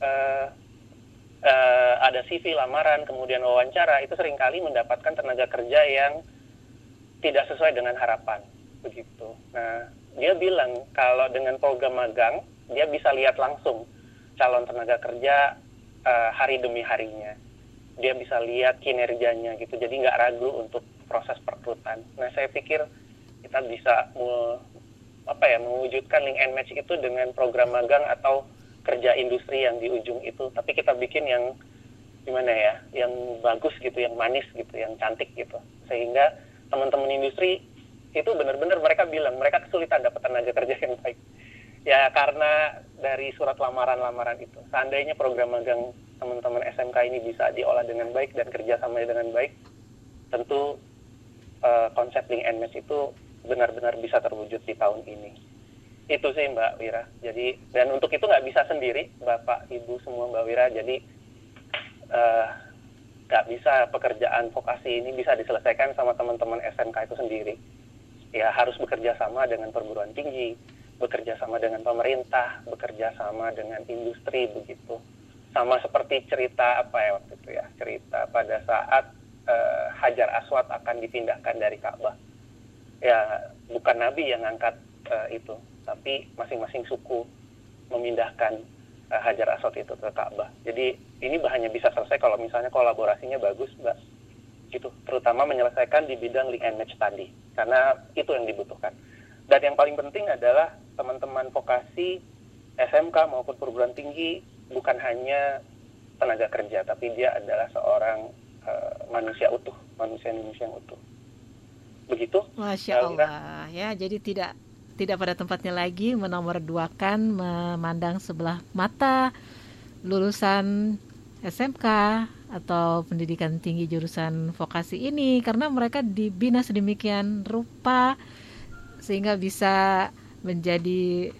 ada CV lamaran, kemudian wawancara, itu seringkali mendapatkan tenaga kerja yang tidak sesuai dengan harapan. begitu. Nah, dia bilang kalau dengan program magang dia bisa lihat langsung calon tenaga kerja hari demi harinya. Dia bisa lihat kinerjanya gitu, jadi nggak ragu untuk proses perekrutan. Nah, saya pikir kita bisa mewujudkan link and match itu dengan program magang atau kerja industri yang di ujung itu, tapi kita bikin yang gimana ya, yang bagus gitu, yang manis gitu, yang cantik gitu, sehingga teman-teman industri itu benar-benar mereka bilang mereka kesulitan dapat tenaga kerja yang baik. Ya karena dari surat lamaran-lamaran itu. Seandainya program magang teman-teman SMK ini bisa diolah dengan baik dan kerjasama dengan baik, tentu konsep link and match itu benar-benar bisa terwujud di tahun ini. Itu sih Mbak Wira. Jadi, dan untuk itu nggak bisa sendiri, Bapak, Ibu semua Mbak Wira. Jadi nggak bisa pekerjaan vokasi ini bisa diselesaikan sama teman-teman SMK itu sendiri. Ya harus bekerja sama dengan perguruan tinggi, bekerja sama dengan pemerintah, bekerja sama dengan industri begitu. Sama seperti cerita waktu itu ya, cerita pada saat Hajar Aswad akan dipindahkan dari Ka'bah. Ya bukan Nabi yang ngangkat itu, tapi masing-masing suku memindahkan Hajar Aswad itu ke Ka'bah. Jadi ini hanya bisa selesai kalau misalnya kolaborasinya bagus, Mbak. Gitu, terutama menyelesaikan di bidang link and match tadi, karena itu yang dibutuhkan. Dan yang paling penting adalah teman-teman vokasi SMK maupun perguruan tinggi bukan hanya tenaga kerja, tapi dia adalah seorang manusia utuh, manusia Indonesia yang utuh. Begitu? Masya Allah, ya. Jadi tidak pada tempatnya lagi menomorduakan, memandang sebelah mata lulusan SMK atau pendidikan tinggi jurusan vokasi ini, karena mereka dibina sedemikian rupa sehingga bisa menjadi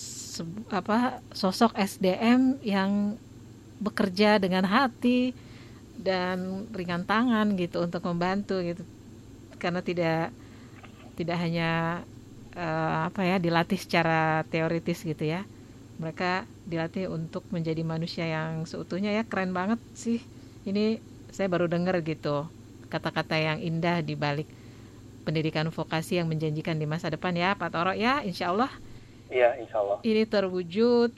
sosok SDM yang bekerja dengan hati dan ringan tangan gitu untuk membantu gitu, karena tidak hanya dilatih secara teoritis gitu ya, mereka dilatih untuk menjadi manusia yang seutuhnya. Ya keren banget sih, ini saya baru dengar gitu kata-kata yang indah di balik pendidikan vokasi yang menjanjikan di masa depan ya Pak Toro ya. Insya Allah ini terwujud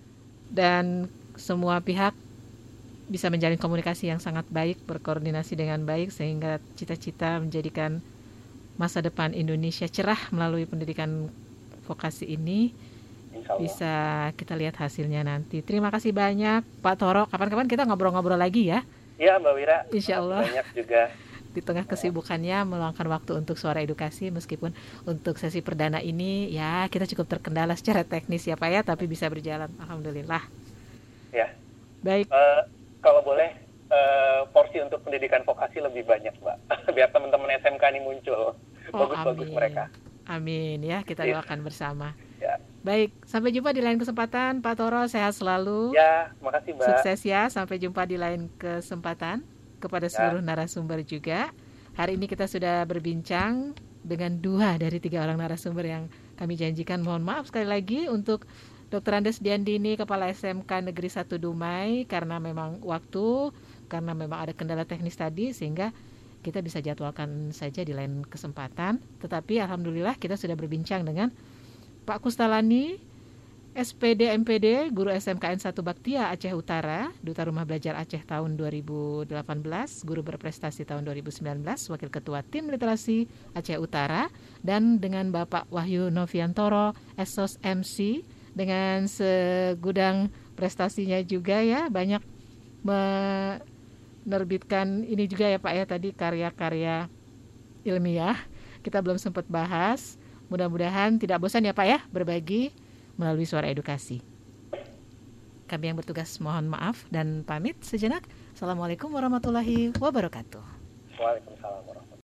dan semua pihak bisa menjalin komunikasi yang sangat baik, berkoordinasi dengan baik, sehingga cita-cita menjadikan masa depan Indonesia cerah melalui pendidikan vokasi ini bisa kita lihat hasilnya nanti. Terima kasih banyak Pak Toro. Kapan-kapan kita ngobrol-ngobrol lagi ya. Iya Mbak Wira. Insya Allah. Banyak juga. Di tengah kesibukannya meluangkan waktu untuk Suara Edukasi, meskipun untuk sesi perdana ini ya kita cukup terkendala secara teknis ya Pak ya, tapi bisa berjalan. Alhamdulillah. Ya. Baik. Kalau boleh porsi untuk pendidikan vokasi lebih banyak Mbak. Biar teman-teman SMK ini muncul. Bagus-bagus mereka. Amin ya, kita doakan bersama. Ya. Baik, sampai jumpa di lain kesempatan Pak Toro, sehat selalu. Ya, makasih Mbak. Sukses ya, sampai jumpa di lain kesempatan. Kepada seluruh narasumber juga. Hari ini kita sudah berbincang dengan 2 dari 3 orang narasumber yang kami janjikan. Mohon maaf sekali lagi untuk Dr. Andes Diandini, Kepala SMK Negeri 1 Dumai, karena memang waktu, karena memang ada kendala teknis tadi, sehingga kita bisa jadwalkan saja di lain kesempatan. Tetapi Alhamdulillah kita sudah berbincang dengan Pak Kustalani, SPD MPD, Guru SMKN 1 Baktia Aceh Utara, Duta Rumah Belajar Aceh tahun 2018, Guru Berprestasi tahun 2019, Wakil Ketua Tim Literasi Aceh Utara, dan dengan Bapak Wahyu Noviantoro, Esos MC, dengan segudang prestasinya juga ya, banyak menerbitkan ini juga ya Pak ya, tadi karya-karya ilmiah, kita belum sempat bahas. Mudah-mudahan tidak bosan ya Pak ya berbagi melalui Suara Edukasi. Kami yang bertugas mohon maaf dan pamit sejenak. Assalamualaikum warahmatullahi wabarakatuh. Waalaikumsalam warahmatullahi wabarakatuh.